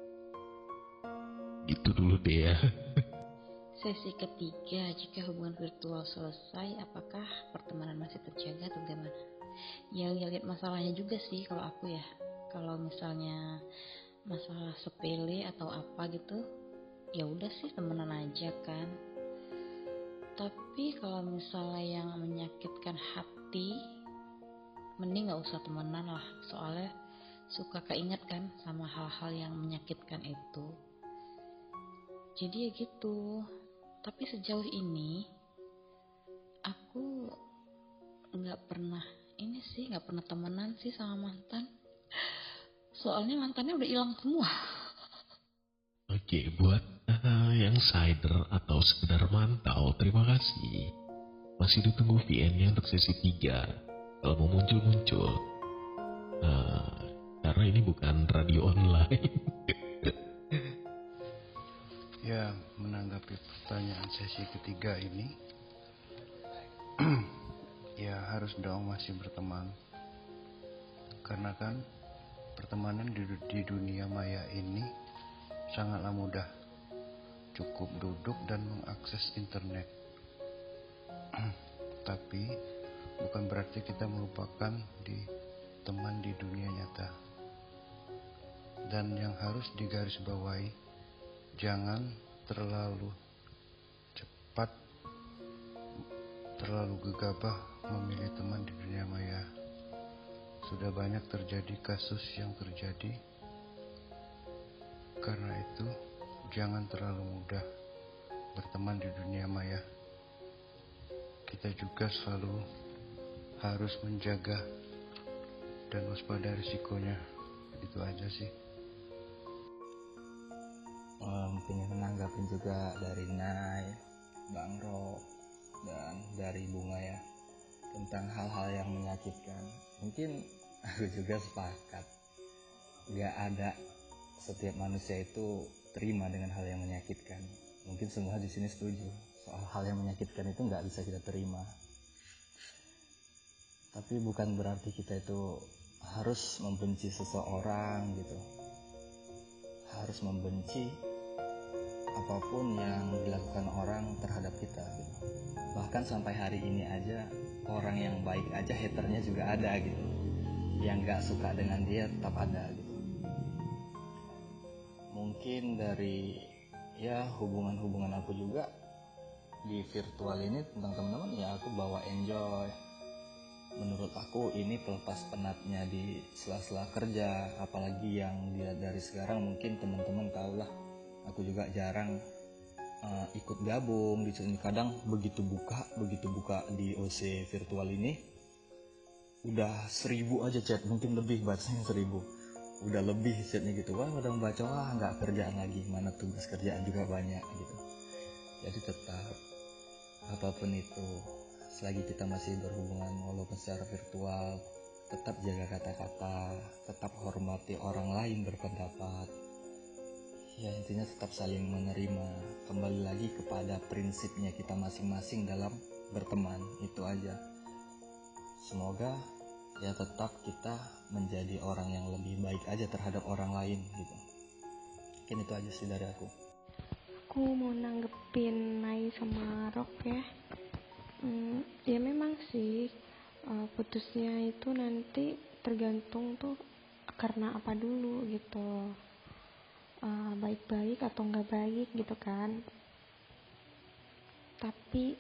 Gitu dulu deh ya. Sesi ketiga, jika hubungan virtual selesai, apakah pertemanan masih terjaga atau bagaimana? Ya lihat masalahnya juga sih kalau aku ya. Kalau misalnya masalah sepele atau apa gitu, ya udah sih temenan aja kan. Tapi kalau misalnya yang menyakitkan hati, mending gak usah temenan lah. Soalnya suka keinget kan sama hal-hal yang menyakitkan itu. Jadi ya gitu. Tapi sejauh ini aku nggak pernah temenan sih sama mantan. Soalnya mantannya udah hilang semua. Oke, buat yang sider atau sekedar mantau, terima kasih. Masih ditunggu VN-nya untuk sesi 3. Kalau mau muncul-muncul. Karena ini bukan radio online. Ya, menanggapi pertanyaan sesi ketiga ini, ya harus dong masih berteman. Karena kan pertemanan di dunia maya ini sangatlah mudah. Cukup duduk dan mengakses internet. Tapi bukan berarti kita melupakan teman di dunia nyata. Dan yang harus digarisbawahi, jangan terlalu cepat, terlalu gegabah memilih teman di dunia maya. Sudah banyak terjadi kasus yang terjadi. Karena itu, jangan terlalu mudah berteman di dunia maya. Kita juga selalu harus menjaga dan waspada risikonya. Itu aja sih. Mungkin menanggapin juga dari Nay, Bang Ro, dan dari Bunga ya, tentang hal-hal yang menyakitkan. Mungkin aku juga sepakat, gak ada setiap manusia itu terima dengan hal yang menyakitkan. Mungkin semua di sini setuju soal hal yang menyakitkan itu gak bisa kita terima. Tapi bukan berarti kita itu harus membenci seseorang gitu, harus membenci apapun yang dilakukan orang terhadap kita gitu. Bahkan sampai hari ini aja, orang yang baik aja haternya juga ada gitu, yang gak suka dengan dia tetap ada gitu. Mungkin dari ya hubungan-hubungan aku juga di virtual ini tentang teman-teman, ya aku bawa enjoy. Menurut aku ini pelepas penatnya di sela-sela kerja, apalagi yang dilihat dari sekarang. Mungkin teman-teman tahulah, aku juga jarang ikut gabung di sini. Kadang begitu buka di OC virtual ini udah 1000 aja chat, mungkin lebih, bahasanya 1000 udah lebih chatnya gitu. Wah udah membaca, wah nggak kerjaan lagi, mana tugas kerjaan juga banyak gitu. Jadi tetap apapun itu, selagi kita masih berhubungan walaupun secara virtual, tetap jaga kata-kata, tetap hormati orang lain berpendapat. Ya intinya tetap saling menerima. Kembali lagi kepada prinsipnya kita masing-masing dalam berteman, itu aja. Semoga ya tetap kita menjadi orang yang lebih baik aja terhadap orang lain gitu. Mungkin itu aja sih dari aku. Aku mau nanggepin Nai sama Rock ya. Ya memang sih putusnya itu nanti tergantung tuh karena apa dulu gitu. Baik-baik atau nggak baik gitu kan. Tapi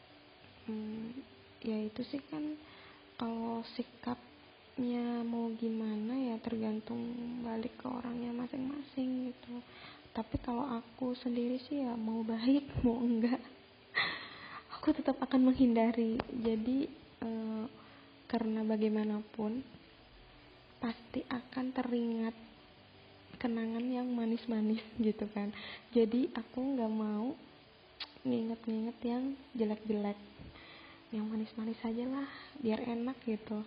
ya itu sih kan, kalau sikapnya mau gimana ya tergantung balik ke orangnya masing-masing gitu. Tapi kalau aku sendiri sih ya mau baik mau enggak aku tetap akan menghindari. Jadi karena bagaimanapun pasti akan teringat kenangan yang manis-manis gitu kan. Jadi aku nggak mau nginget-nginget yang jelek-jelek, yang manis-manis aja lah biar enak gitu.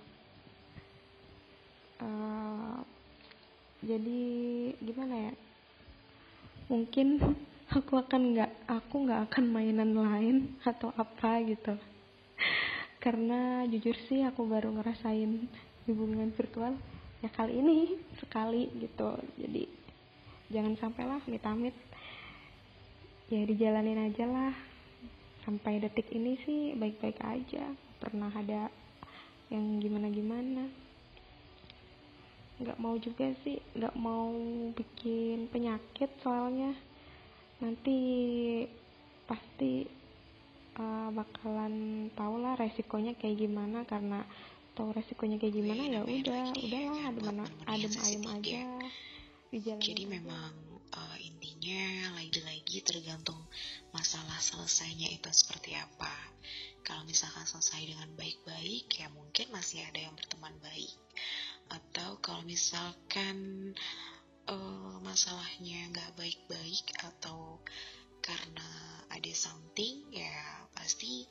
Jadi gimana ya, mungkin aku nggak akan mainan lain atau apa gitu. Karena jujur sih aku baru ngerasain hubungan virtual ya kali ini sekali gitu. Jadi jangan sampailah amit-amit, ya dijalanin aja lah. Sampai detik ini sih baik-baik aja, pernah ada yang gimana-gimana. Nggak mau juga sih, nggak mau bikin penyakit, soalnya nanti pasti bakalan tau lah resikonya kayak gimana. Karena tahu resikonya kayak gimana ya udahlah adem ayem aja dijalanin. Jadi memang intinya lagi-lagi tergantung masalah selesainya itu seperti apa. Kalau misalkan selesai dengan baik-baik ya mungkin masih ada yang berteman baik. Atau kalau misalkan masalahnya nggak baik-baik atau karena ada something, ya pasti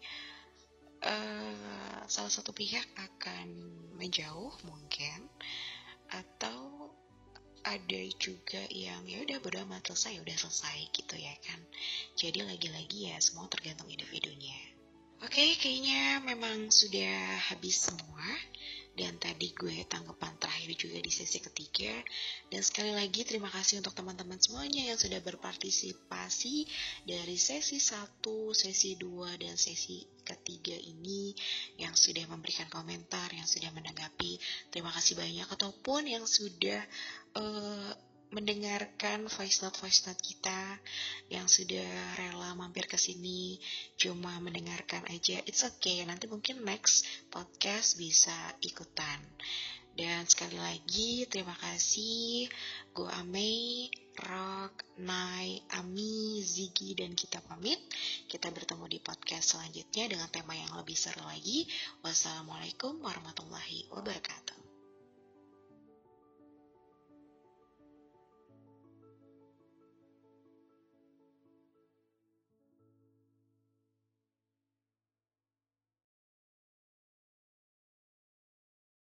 salah satu pihak akan menjauh mungkin, atau ada juga yang ya udah bodo amat, selesai ya udah selesai gitu ya kan. Jadi lagi-lagi ya semua tergantung individunya. Oke, kayaknya memang sudah habis semua. Dan tadi gue tanggapan terakhir juga di sesi ketiga. Dan sekali lagi terima kasih untuk teman-teman semuanya yang sudah berpartisipasi dari sesi 1, sesi 2, dan sesi ketiga ini, yang sudah memberikan komentar, yang sudah menanggapi. Terima kasih banyak, ataupun yang sudah mendengarkan voice note kita, yang sudah rela mampir ke sini cuma mendengarkan aja. It's okay, nanti mungkin next podcast bisa ikutan. Dan sekali lagi terima kasih Go Amei, Rock, Nai, Ami, Ziggy, dan kita pamit. Kita bertemu di podcast selanjutnya dengan tema yang lebih seru lagi. Wassalamualaikum warahmatullahi wabarakatuh.